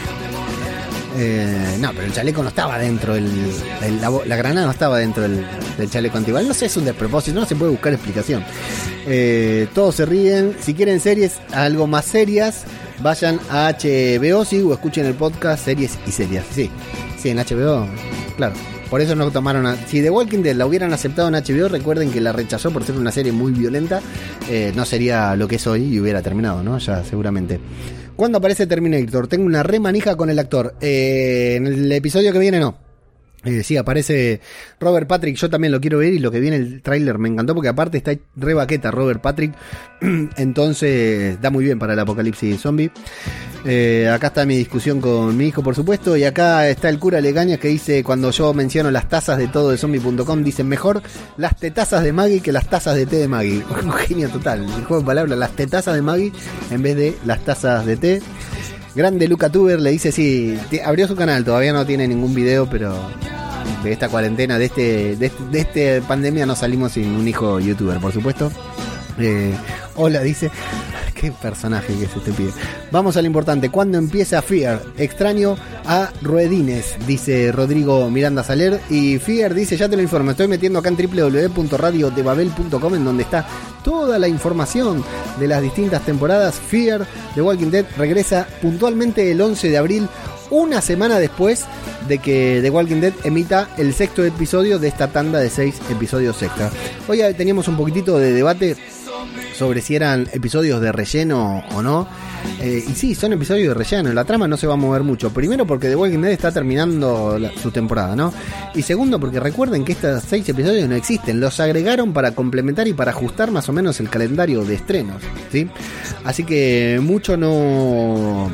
[SPEAKER 2] Eh, no, pero el chaleco no estaba dentro, el, el, la, la granada no estaba dentro del, del chaleco antibal. No sé, es un despropósito, no se puede buscar explicación. Eh, todos se ríen. Si quieren series algo más serias, vayan a H B O, sí, o escuchen el podcast Series y Serias. Sí, sí, en H B O, claro. Por eso no tomaron a... Si The Walking Dead la hubieran aceptado en H B O, recuerden que la rechazó por ser una serie muy violenta. Eh, no sería lo que es hoy y hubiera terminado, ¿no? Ya, seguramente. ¿Cuándo aparece Terminator? Tengo una remanija con el actor. Eh, en el episodio que viene no. Eh, sí, aparece Robert Patrick, yo también lo quiero ver y lo que viene el tráiler me encantó porque aparte está re baqueta Robert Patrick, entonces da muy bien para el apocalipsis zombie. Eh, acá está mi discusión con mi hijo, por supuesto, y acá está el cura Legañas que dice, cuando yo menciono las tazas de todo de zombie punto com, dicen mejor las tetazas de Maggie que las tazas de té de Maggie. Un genio total, el juego de palabras, las tetazas de Maggie en vez de las tazas de té. Grande Luca Tuber le dice, sí, abrió su canal, todavía no tiene ningún video, pero de esta cuarentena, de este, de este, de este pandemia, no salimos sin un hijo youtuber, por supuesto. Eh, hola, dice. Qué personaje que es este pibe. Vamos a lo importante. ¿Cuándo empieza Fear? Extraño a Ruedines, dice Rodrigo Miranda Saler. Y Fear dice, ya te lo informo, estoy metiendo acá en doble u doble u doble u punto radio de babel punto com, en donde está toda la información de las distintas temporadas. Fear de Walking Dead regresa puntualmente el once de abril, una semana después de que The Walking Dead emita el sexto episodio de esta tanda de seis episodios extra. Hoy teníamos un poquitito de debate sobre si eran episodios de relleno o no. Eh, y sí, son episodios de relleno. La trama no se va a mover mucho. Primero porque The Walking Dead está terminando la, su temporada, ¿no? Y segundo porque recuerden que estos seis episodios no existen. Los agregaron para complementar y para ajustar más o menos el calendario de estrenos, ¿sí? Así que mucho no...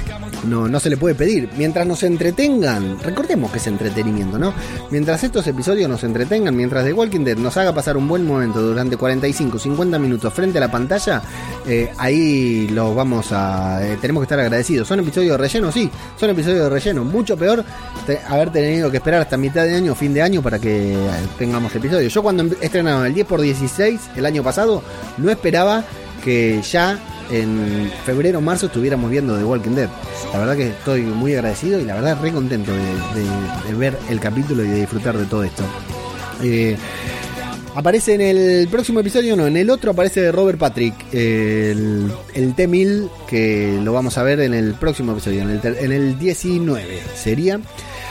[SPEAKER 2] No, no se le puede pedir. Mientras nos entretengan, recordemos que es entretenimiento, ¿no? Mientras estos episodios nos entretengan, mientras The Walking Dead nos haga pasar un buen momento durante cuarenta y cinco, cincuenta minutos frente a la pantalla, eh, ahí los vamos a... Eh, tenemos que estar agradecidos. ¿Son episodios de relleno? Sí, son episodios de relleno. Mucho peor te, haber tenido que esperar hasta mitad de año, fin de año, para que eh, tengamos episodios. Yo cuando estrenaron el diez por dieciséis el año pasado, no esperaba que ya en febrero o marzo estuviéramos viendo The Walking Dead. La verdad que estoy muy agradecido y la verdad re contento de, de, de ver el capítulo y de disfrutar de todo esto. Eh, aparece en el próximo episodio, no, en el otro aparece Robert Patrick, eh, el, el T mil, que lo vamos a ver en el próximo episodio, en el, en el diecinueve sería.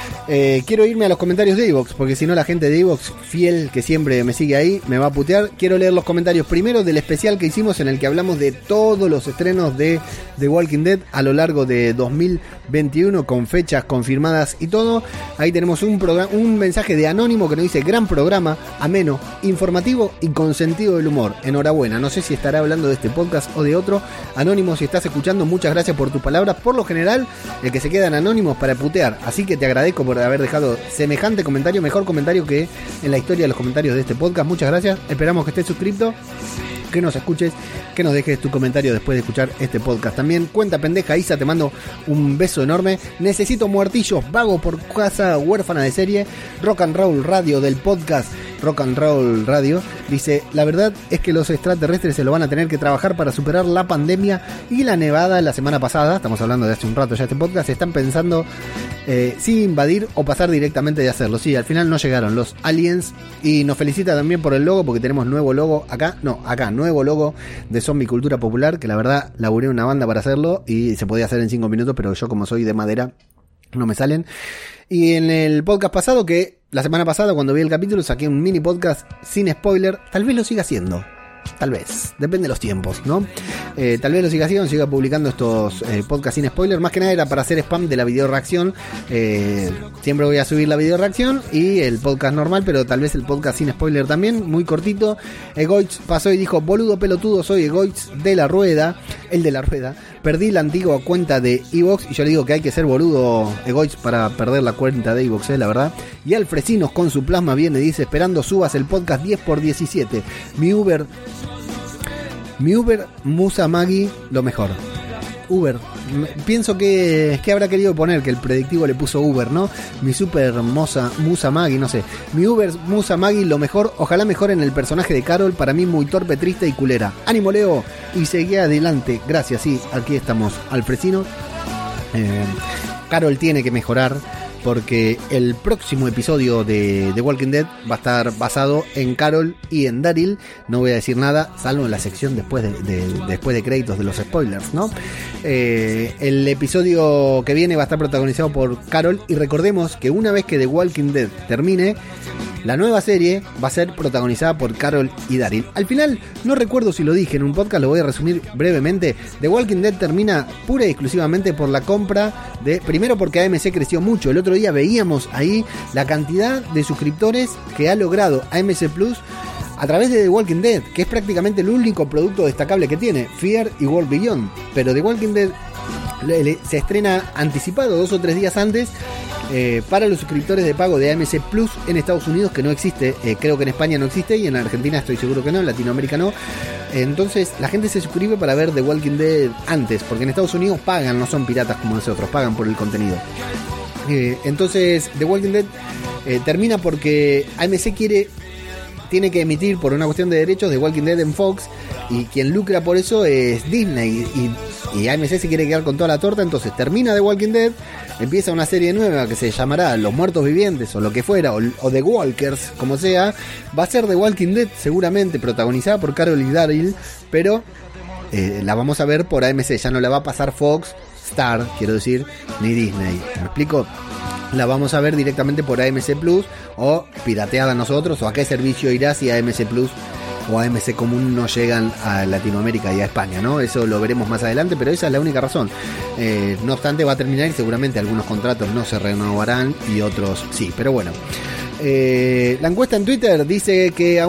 [SPEAKER 2] Eh, quiero irme a los comentarios de iVoox, porque si no la gente de iVoox, fiel que siempre me sigue ahí, me va a putear. Quiero leer los comentarios primero del especial que hicimos en el que hablamos de todos los estrenos de The Walking Dead a lo largo de dos mil veintiuno, con fechas confirmadas y todo. Ahí tenemos un, programa, un mensaje de Anónimo que nos dice: gran programa, ameno, informativo y con sentido del humor. Enhorabuena. No sé si estará hablando de este podcast o de otro. Anónimo, si estás escuchando, muchas gracias por tus palabras. Por lo general, el que se quedan anónimos para putear, así que te agradezco por haber dejado semejante comentario, mejor comentario que en la historia de los comentarios de este podcast. Muchas gracias, esperamos que estés suscrito, que nos escuches, que nos dejes tu comentario después de escuchar este podcast. También Cuenta Pendeja Isa, te mando un beso enorme. Necesito muertillos, vago por casa, huérfana de serie. Rock and Roll Radio del podcast Rock and Roll Radio dice: la verdad es que los extraterrestres se lo van a tener que trabajar para superar la pandemia y la nevada la semana pasada. Estamos hablando de hace un rato ya este podcast. Están pensando eh, si invadir o pasar directamente de hacerlo. Sí, al final no llegaron los aliens. Y nos felicita también por el logo, porque tenemos nuevo logo acá. No, acá, nuevo logo de Zombie Cultura Popular, que la verdad laburé una banda para hacerlo y se podía hacer en cinco minutos, pero yo como soy de madera no me salen. Y en el podcast pasado, que la semana pasada cuando vi el capítulo saqué un mini podcast sin spoiler, tal vez lo siga haciendo. Tal vez, depende de los tiempos, ¿no? Eh, tal vez lo siga haciendo, siga publicando estos eh, podcasts sin spoiler. Más que nada era para hacer spam de la video reacción. Eh, siempre voy a subir la video reacción y el podcast normal, pero tal vez el podcast sin spoiler también, muy cortito. Egoitz pasó y dijo: boludo pelotudo, soy Egoitz de la Rueda, el de la Rueda. Perdí la antigua cuenta de iVoox, y yo le digo que hay que ser boludo, Egoitz, para perder la cuenta de iVoox, eh, la verdad. Y Alfresinos con su plasma viene y dice: esperando subas el podcast diez por diecisiete. Mi Uber... Mi Uber Musa Maggi, lo mejor. Uber, pienso que, que habrá querido poner, que el predictivo le puso Uber, ¿no? Mi super Musa, Musa Maggi, no sé. Mi Uber Musa Maggi, lo mejor. Ojalá mejoren el personaje de Carol, para mí muy torpe, triste y culera. Ánimo, Leo, y seguí adelante. Gracias, sí, aquí estamos, Alfresino. Eh, Carol tiene que mejorar, porque el próximo episodio de The Walking Dead va a estar basado en Carol y en Daryl. No voy a decir nada, salvo en la sección después de, de, después de créditos de los spoilers, ¿no? Eh, el episodio que viene va a estar protagonizado por Carol, y recordemos que una vez que The Walking Dead termine, la nueva serie va a ser protagonizada por Carol y Daryl. Al final, no recuerdo si lo dije en un podcast, lo voy a resumir brevemente. The Walking Dead termina pura y exclusivamente por la compra de... Primero porque A M C creció mucho. El otro día veíamos ahí la cantidad de suscriptores que ha logrado A M C Plus a través de The Walking Dead, que es prácticamente el único producto destacable que tiene. Fear y World Beyond. Pero The Walking Dead le, le, se estrena anticipado dos o tres días antes. Eh, para los suscriptores de pago de A M C Plus en Estados Unidos, que no existe, eh, creo que en España no existe, y en Argentina estoy seguro que no, en Latinoamérica no. Entonces la gente se suscribe para ver The Walking Dead antes, porque en Estados Unidos pagan, no son piratas como nosotros, pagan por el contenido. Eh, entonces The Walking Dead eh, termina porque A M C quiere tiene que emitir por una cuestión de derechos The Walking Dead en Fox, y quien lucra por eso es Disney, y, y A M C se quiere quedar con toda la torta. Entonces termina The Walking Dead, empieza una serie nueva que se llamará Los Muertos Vivientes o lo que fuera, o, o The Walkers, como sea. Va a ser The Walking Dead seguramente, protagonizada por Carol y Daryl, pero eh, la vamos a ver por A M C, ya no la va a pasar Fox, Star, quiero decir, ni Disney. ¿Me explico? La vamos a ver directamente por A M C Plus, o pirateada nosotros, o a qué servicio irá si A M C Plus o A M C Común no llegan a Latinoamérica y a España, ¿no? Eso lo veremos más adelante, pero esa es la única razón. Eh, no obstante, va a terminar y seguramente algunos contratos no se renovarán y otros sí, pero bueno. Eh, la encuesta en Twitter dice que a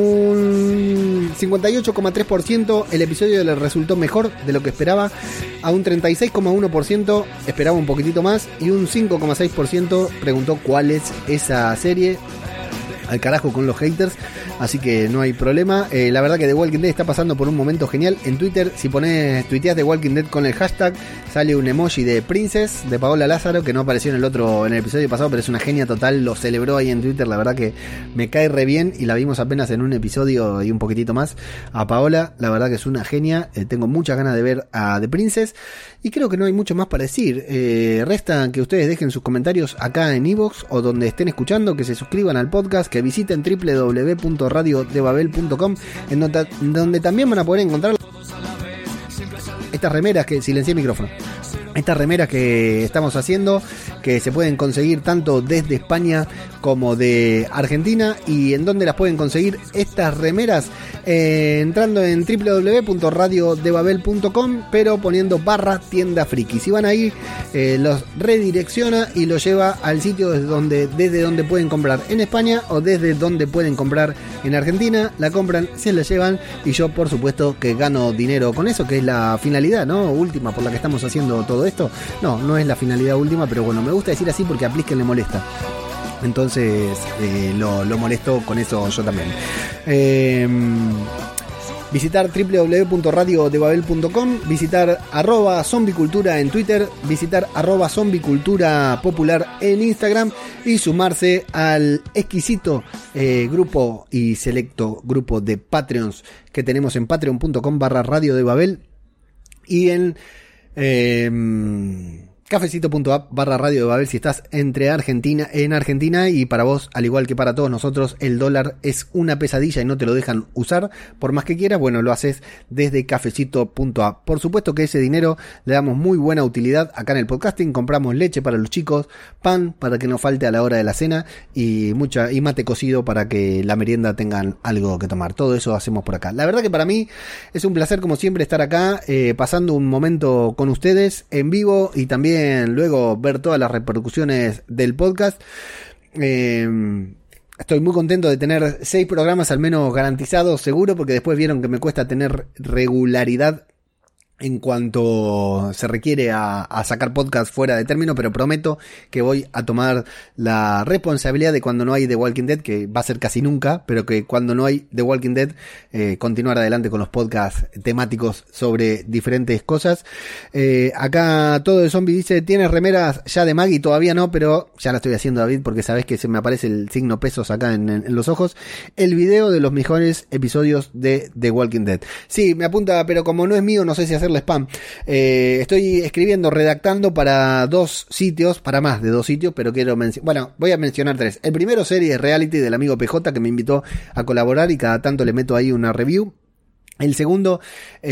[SPEAKER 2] un cincuenta y ocho coma tres por ciento el episodio le resultó mejor de lo que esperaba, a un treinta y seis coma uno por ciento esperaba un poquitito más, y un cinco coma seis por ciento preguntó cuál es esa serie. Al carajo con los haters, así que no hay problema. Eh, la verdad que The Walking Dead está pasando por un momento genial. En Twitter, si pones, tuiteas The Walking Dead con el hashtag, sale un emoji de Princess, de Paola Lázaro, que no apareció en el otro, en el episodio pasado, pero es una genia total, lo celebró ahí en Twitter. La verdad que me cae re bien, y la vimos apenas en un episodio y un poquitito más a Paola. La verdad que es una genia. Eh, tengo muchas ganas de ver a The Princess, y creo que no hay mucho más para decir. Eh, resta que ustedes dejen sus comentarios acá en iVoox o donde estén escuchando, que se suscriban al podcast, que visiten doble u doble u doble u punto radio de babel punto com, en donde, donde también van a poder encontrar estas remeras que silencié el micrófono. Estas remeras que estamos haciendo, que se pueden conseguir tanto desde España como de Argentina. ¿Y en dónde las pueden conseguir estas remeras? Eh, entrando en doble u doble u doble u punto radio de babel punto com, pero poniendo barra tienda friki. Si van ahí, eh, los redirecciona y los lleva al sitio desde donde, desde donde pueden comprar en España, o desde donde pueden comprar en Argentina. La compran, se la llevan, y yo por supuesto que gano dinero con eso, que es la finalidad, ¿no? Última por la que estamos haciendo todo esto. No, no es la finalidad última, pero bueno, me gusta decir así porque a Plisken le molesta. Entonces eh, lo, lo molesto con eso yo también. Eh, visitar doble u doble u doble u punto radio de babel punto com, visitar arroba zombicultura en Twitter, visitar arroba zombicultura popular en Instagram, y sumarse al exquisito eh, grupo y selecto grupo de Patreons que tenemos en patreon punto com barra radio de babel, y en Eh, cafecito punto app barra radio de Babel si estás entre Argentina, en Argentina, y para vos, al igual que para todos nosotros, el dólar es una pesadilla y no te lo dejan usar por más que quieras. Bueno, lo haces desde cafecito punto app. Por supuesto que ese dinero le damos muy buena utilidad acá en el podcasting. Compramos leche para los chicos, pan para que no falte a la hora de la cena, y mucha y mate cocido para que la merienda tengan algo que tomar. Todo eso hacemos por acá. La verdad que para mí es un placer, como siempre, estar acá eh, pasando un momento con ustedes en vivo, y también luego ver todas las repercusiones del podcast. Eh, estoy muy contento de tener seis programas al menos garantizados, seguro, porque después vieron que me cuesta tener regularidad en cuanto se requiere a, a sacar podcast fuera de término, pero prometo que voy a tomar la responsabilidad de, cuando no hay The Walking Dead, que va a ser casi nunca, pero que cuando no hay The Walking Dead, eh, continuar adelante con los podcasts temáticos sobre diferentes cosas. Eh, acá todo de zombie dice, ¿tienes remeras ya de Maggie? Todavía no, pero ya la estoy haciendo, David, porque sabes que se me aparece el signo pesos acá en, en, en los ojos. El video de los mejores episodios de The Walking Dead. Sí, me apunta, pero como no es mío, no sé si hacer spam. Eh, estoy escribiendo, redactando para dos sitios, para más de dos sitios, pero quiero mencionar, bueno, voy a mencionar tres. El primero, serie reality del amigo P J, que me invitó a colaborar y cada tanto le meto ahí una review. El segundo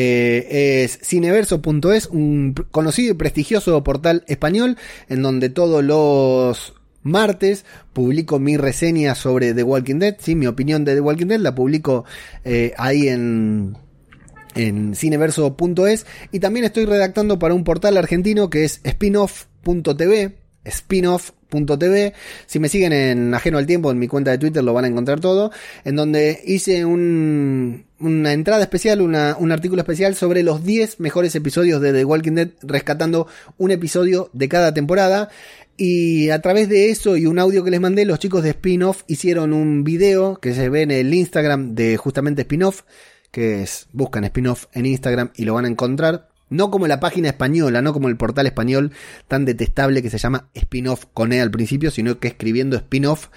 [SPEAKER 2] eh, es cineverso punto es, un conocido y prestigioso portal español, en donde todos los martes publico mi reseña sobre The Walking Dead. Sí, mi opinión de The Walking Dead la publico eh, ahí en en cineverso punto es, y también estoy redactando para un portal argentino que es spinoff punto t v, spinoff punto t v. Si me siguen en Ajeno al Tiempo en mi cuenta de Twitter lo van a encontrar todo, en donde hice un, una entrada especial, una, un artículo especial sobre los diez mejores episodios de The Walking Dead, rescatando un episodio de cada temporada. Y a través de eso y un audio que les mandé, los chicos de Spinoff hicieron un video que se ve en el Instagram de justamente Spinoff, que es, buscan Spinoff en Instagram y lo van a encontrar. No como la página española, no como el portal español tan detestable que se llama Spinoff con E al principio, sino que escribiendo Spinoff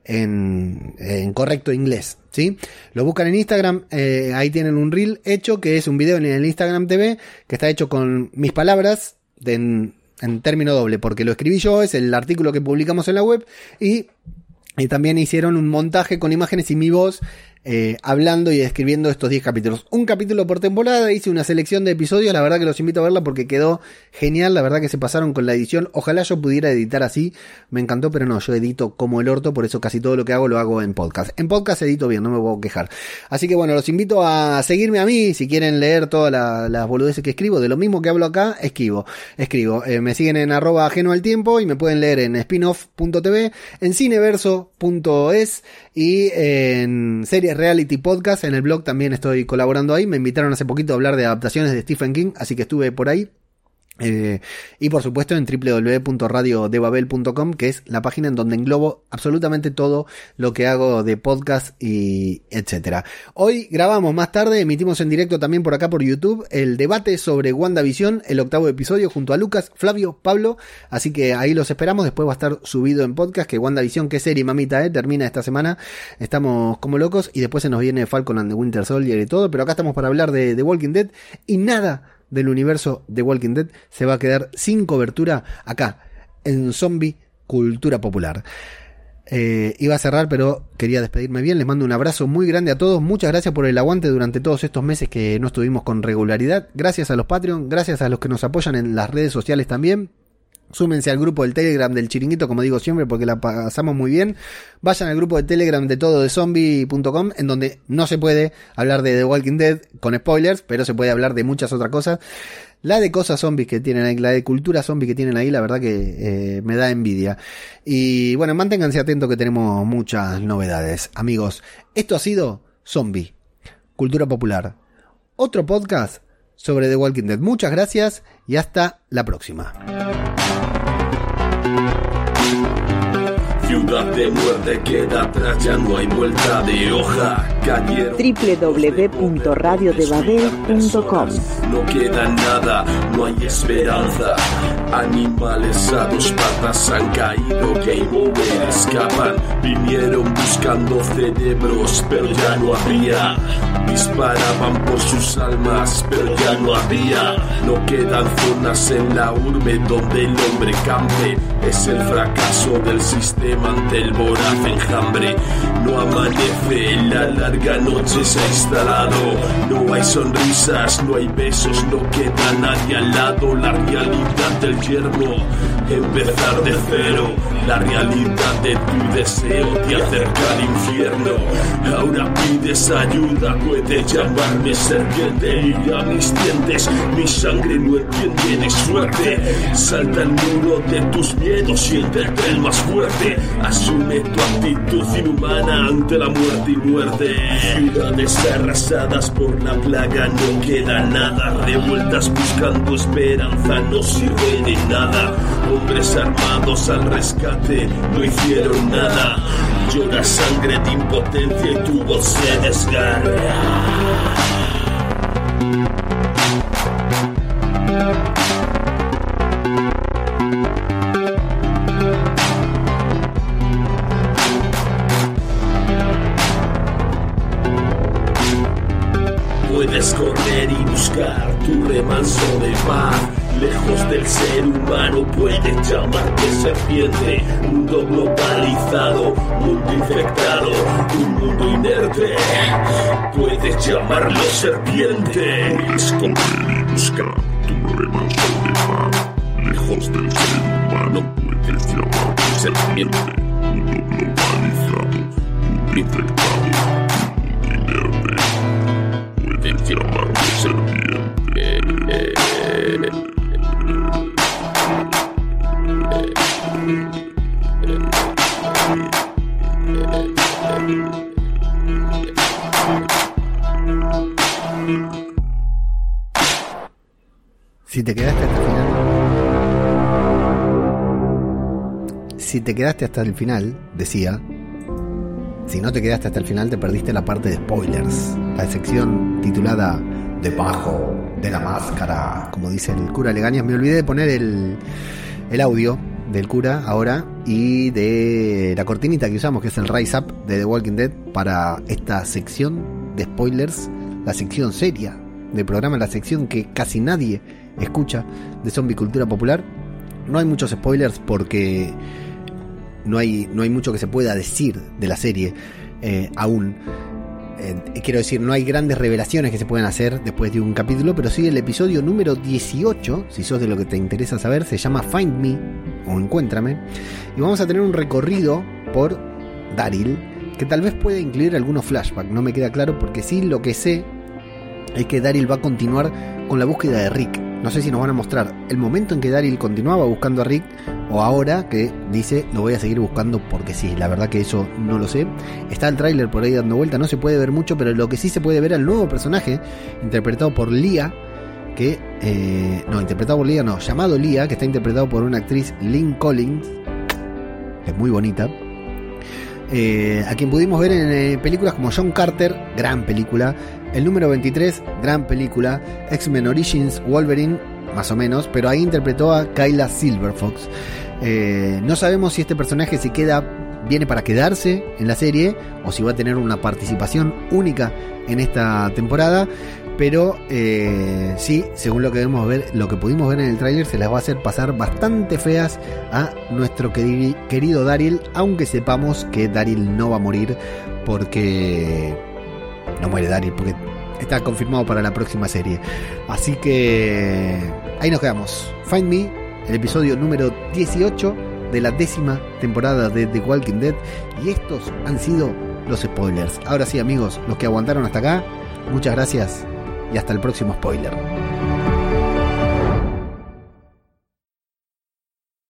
[SPEAKER 2] en, en correcto inglés, ¿sí? Lo buscan en Instagram, eh, ahí tienen un reel hecho, que es un video en el Instagram T V, que está hecho con mis palabras, de, en, en término doble, porque lo escribí yo, es el artículo que publicamos en la web, y, y también hicieron un montaje con imágenes y mi voz, Eh, hablando y escribiendo estos diez capítulos. Un capítulo por temporada, hice una selección de episodios, la verdad que los invito a verla porque quedó genial, la verdad que se pasaron con la edición. Ojalá yo pudiera editar así, me encantó, pero no, yo edito como el orto, por eso casi todo lo que hago lo hago en podcast. En podcast edito bien, no me puedo quejar. Así que bueno, los invito a seguirme a mí, si quieren leer todas la, las boludeces que escribo, de lo mismo que hablo acá, escribo. escribo. Eh, me siguen en arroba ajeno al tiempo y me pueden leer en spinoff punto t v, en cineverso punto es y en series Reality Podcast, en el blog también estoy colaborando ahí. Me invitaron hace poquito a hablar de adaptaciones de Stephen King, así que estuve por ahí. Eh, y por supuesto en doble u doble u doble u punto radio de babel punto com, que es la página en donde englobo absolutamente todo lo que hago de podcast y etcétera. Hoy grabamos más tarde, emitimos en directo también por acá por YouTube el debate sobre WandaVision, el octavo episodio, junto a Lucas, Flavio, Pablo, así que ahí los esperamos. Después va a estar subido en podcast, que WandaVision, qué serie mamita, eh, termina esta semana, estamos como locos, y después se nos viene Falcon and the Winter Soldier y todo, pero acá estamos para hablar de The Walking Dead, y nada del universo de Walking Dead se va a quedar sin cobertura acá en Zombie Cultura Popular. Eh, iba a cerrar, pero quería despedirme bien. Les mando un abrazo muy grande a todos. Muchas gracias por el aguante durante todos estos meses que no estuvimos con regularidad. Gracias a los Patreon, gracias a los que nos apoyan en las redes sociales también. Súmense al grupo del Telegram del Chiringuito, como digo siempre, porque la pasamos muy bien. Vayan al grupo de Telegram de todo de zombie punto com, en donde no se puede hablar de The Walking Dead con spoilers, pero se puede hablar de muchas otras cosas. La de cosas zombies que tienen ahí, la de cultura zombie que tienen ahí, la verdad que eh, me da envidia. Y bueno, manténganse atentos que tenemos muchas novedades. Amigos, esto ha sido Zombie Cultura Popular, otro podcast sobre The Walking Dead. Muchas gracias y hasta la próxima.
[SPEAKER 4] Ciudad de muerte queda atrás, ya no hay vuelta de hoja. Cayeron
[SPEAKER 5] doble u doble u doble u punto radio de babel punto com.
[SPEAKER 4] No queda nada, no hay esperanza. Animales a dos patas han caído, game over, escapan. Vinieron buscando cerebros, pero ya no había. Disparaban por sus almas, pero ya no había. No quedan zonas en la urbe donde el hombre campe. Es el fracaso del sistema ante el voraz enjambre. No amanece, la larga noche se ha instalado. No hay sonrisas, no hay besos, no queda nadie al lado. La realidad del yermo, empezar de cero. La realidad de tu deseo te acerca al infierno. Ahora pides ayuda, puedes llamarme serpiente. Mira mis dientes, mi sangre no entiende de suerte. Salta el muro de tus miedos, siéntete el más fuerte. Asume tu actitud inhumana ante la muerte y muerte. Ciudades arrasadas por la plaga, no queda nada. Revueltas buscando esperanza, no sirve de nada. Hombres armados al rescate, no hicieron nada. Llora sangre de impotencia y tu voz se desgarra. Puedes correr y buscar tu remanso de paz. Lejos del ser humano puedes llamarte serpiente. Mundo globalizado, mundo infectado, un mundo inerte. Puedes llamarlo serpiente. Puedes correr y buscar tu remanso de paz. Lejos del ser humano puedes llamarte serpiente. Mundo globalizado, mundo infectado, un mundo inerte. Puedes llamarlo serpiente.
[SPEAKER 2] Si te quedaste hasta el final, si te quedaste hasta el final, decía, si no te quedaste hasta el final te perdiste la parte de spoilers, la sección titulada Debajo de la máscara, como dice el cura Legañas. Me olvidé de poner el, el audio del cura ahora y de la cortinita que usamos, que es el Rise Up de The Walking Dead, para esta sección de spoilers, la sección seria del programa, la sección que casi nadie escucha de Zombie Cultura Popular. No hay muchos spoilers porque no hay, no hay mucho que se pueda decir de la serie eh, aún. Eh, quiero decir, no hay grandes revelaciones que se puedan hacer después de un capítulo, pero sí el episodio número dieciocho, si sos de lo que te interesa saber, se llama Find Me o Encuéntrame, y vamos a tener un recorrido por Daryl que tal vez pueda incluir algunos flashbacks, no me queda claro, porque sí lo que sé es que Daryl va a continuar con la búsqueda de Rick. No sé si nos van a mostrar el momento en que Daryl continuaba buscando a Rick o ahora que dice lo voy a seguir buscando porque sí. La verdad que eso no lo sé. Está el tráiler por ahí dando vuelta, no se puede ver mucho, pero lo que sí se puede ver al nuevo personaje interpretado por Leah, que eh, no, interpretado por Leah no, llamado Leah, que está interpretado por una actriz, Lynn Collins, es muy bonita. Eh, a quien pudimos ver en eh, películas como John Carter, gran película, El número veintitrés, gran película, X-Men Origins Wolverine, más o menos, pero ahí interpretó a Kyla Silverfox. Eh, no sabemos si este personaje se queda, viene para quedarse en la serie o si va a tener una participación única en esta temporada, pero eh, sí, según lo que debemos ver, lo que pudimos ver en el tráiler, se las va a hacer pasar bastante feas a nuestro queri- querido Daryl, aunque sepamos que Daryl no va a morir, porque no muere Daryl, porque está confirmado para la próxima serie. Así que ahí nos quedamos. Find Me, el episodio número dieciocho de la décima temporada de The Walking Dead, y estos han sido los spoilers. Ahora sí, amigos, los que aguantaron hasta acá, muchas gracias y hasta el próximo spoiler.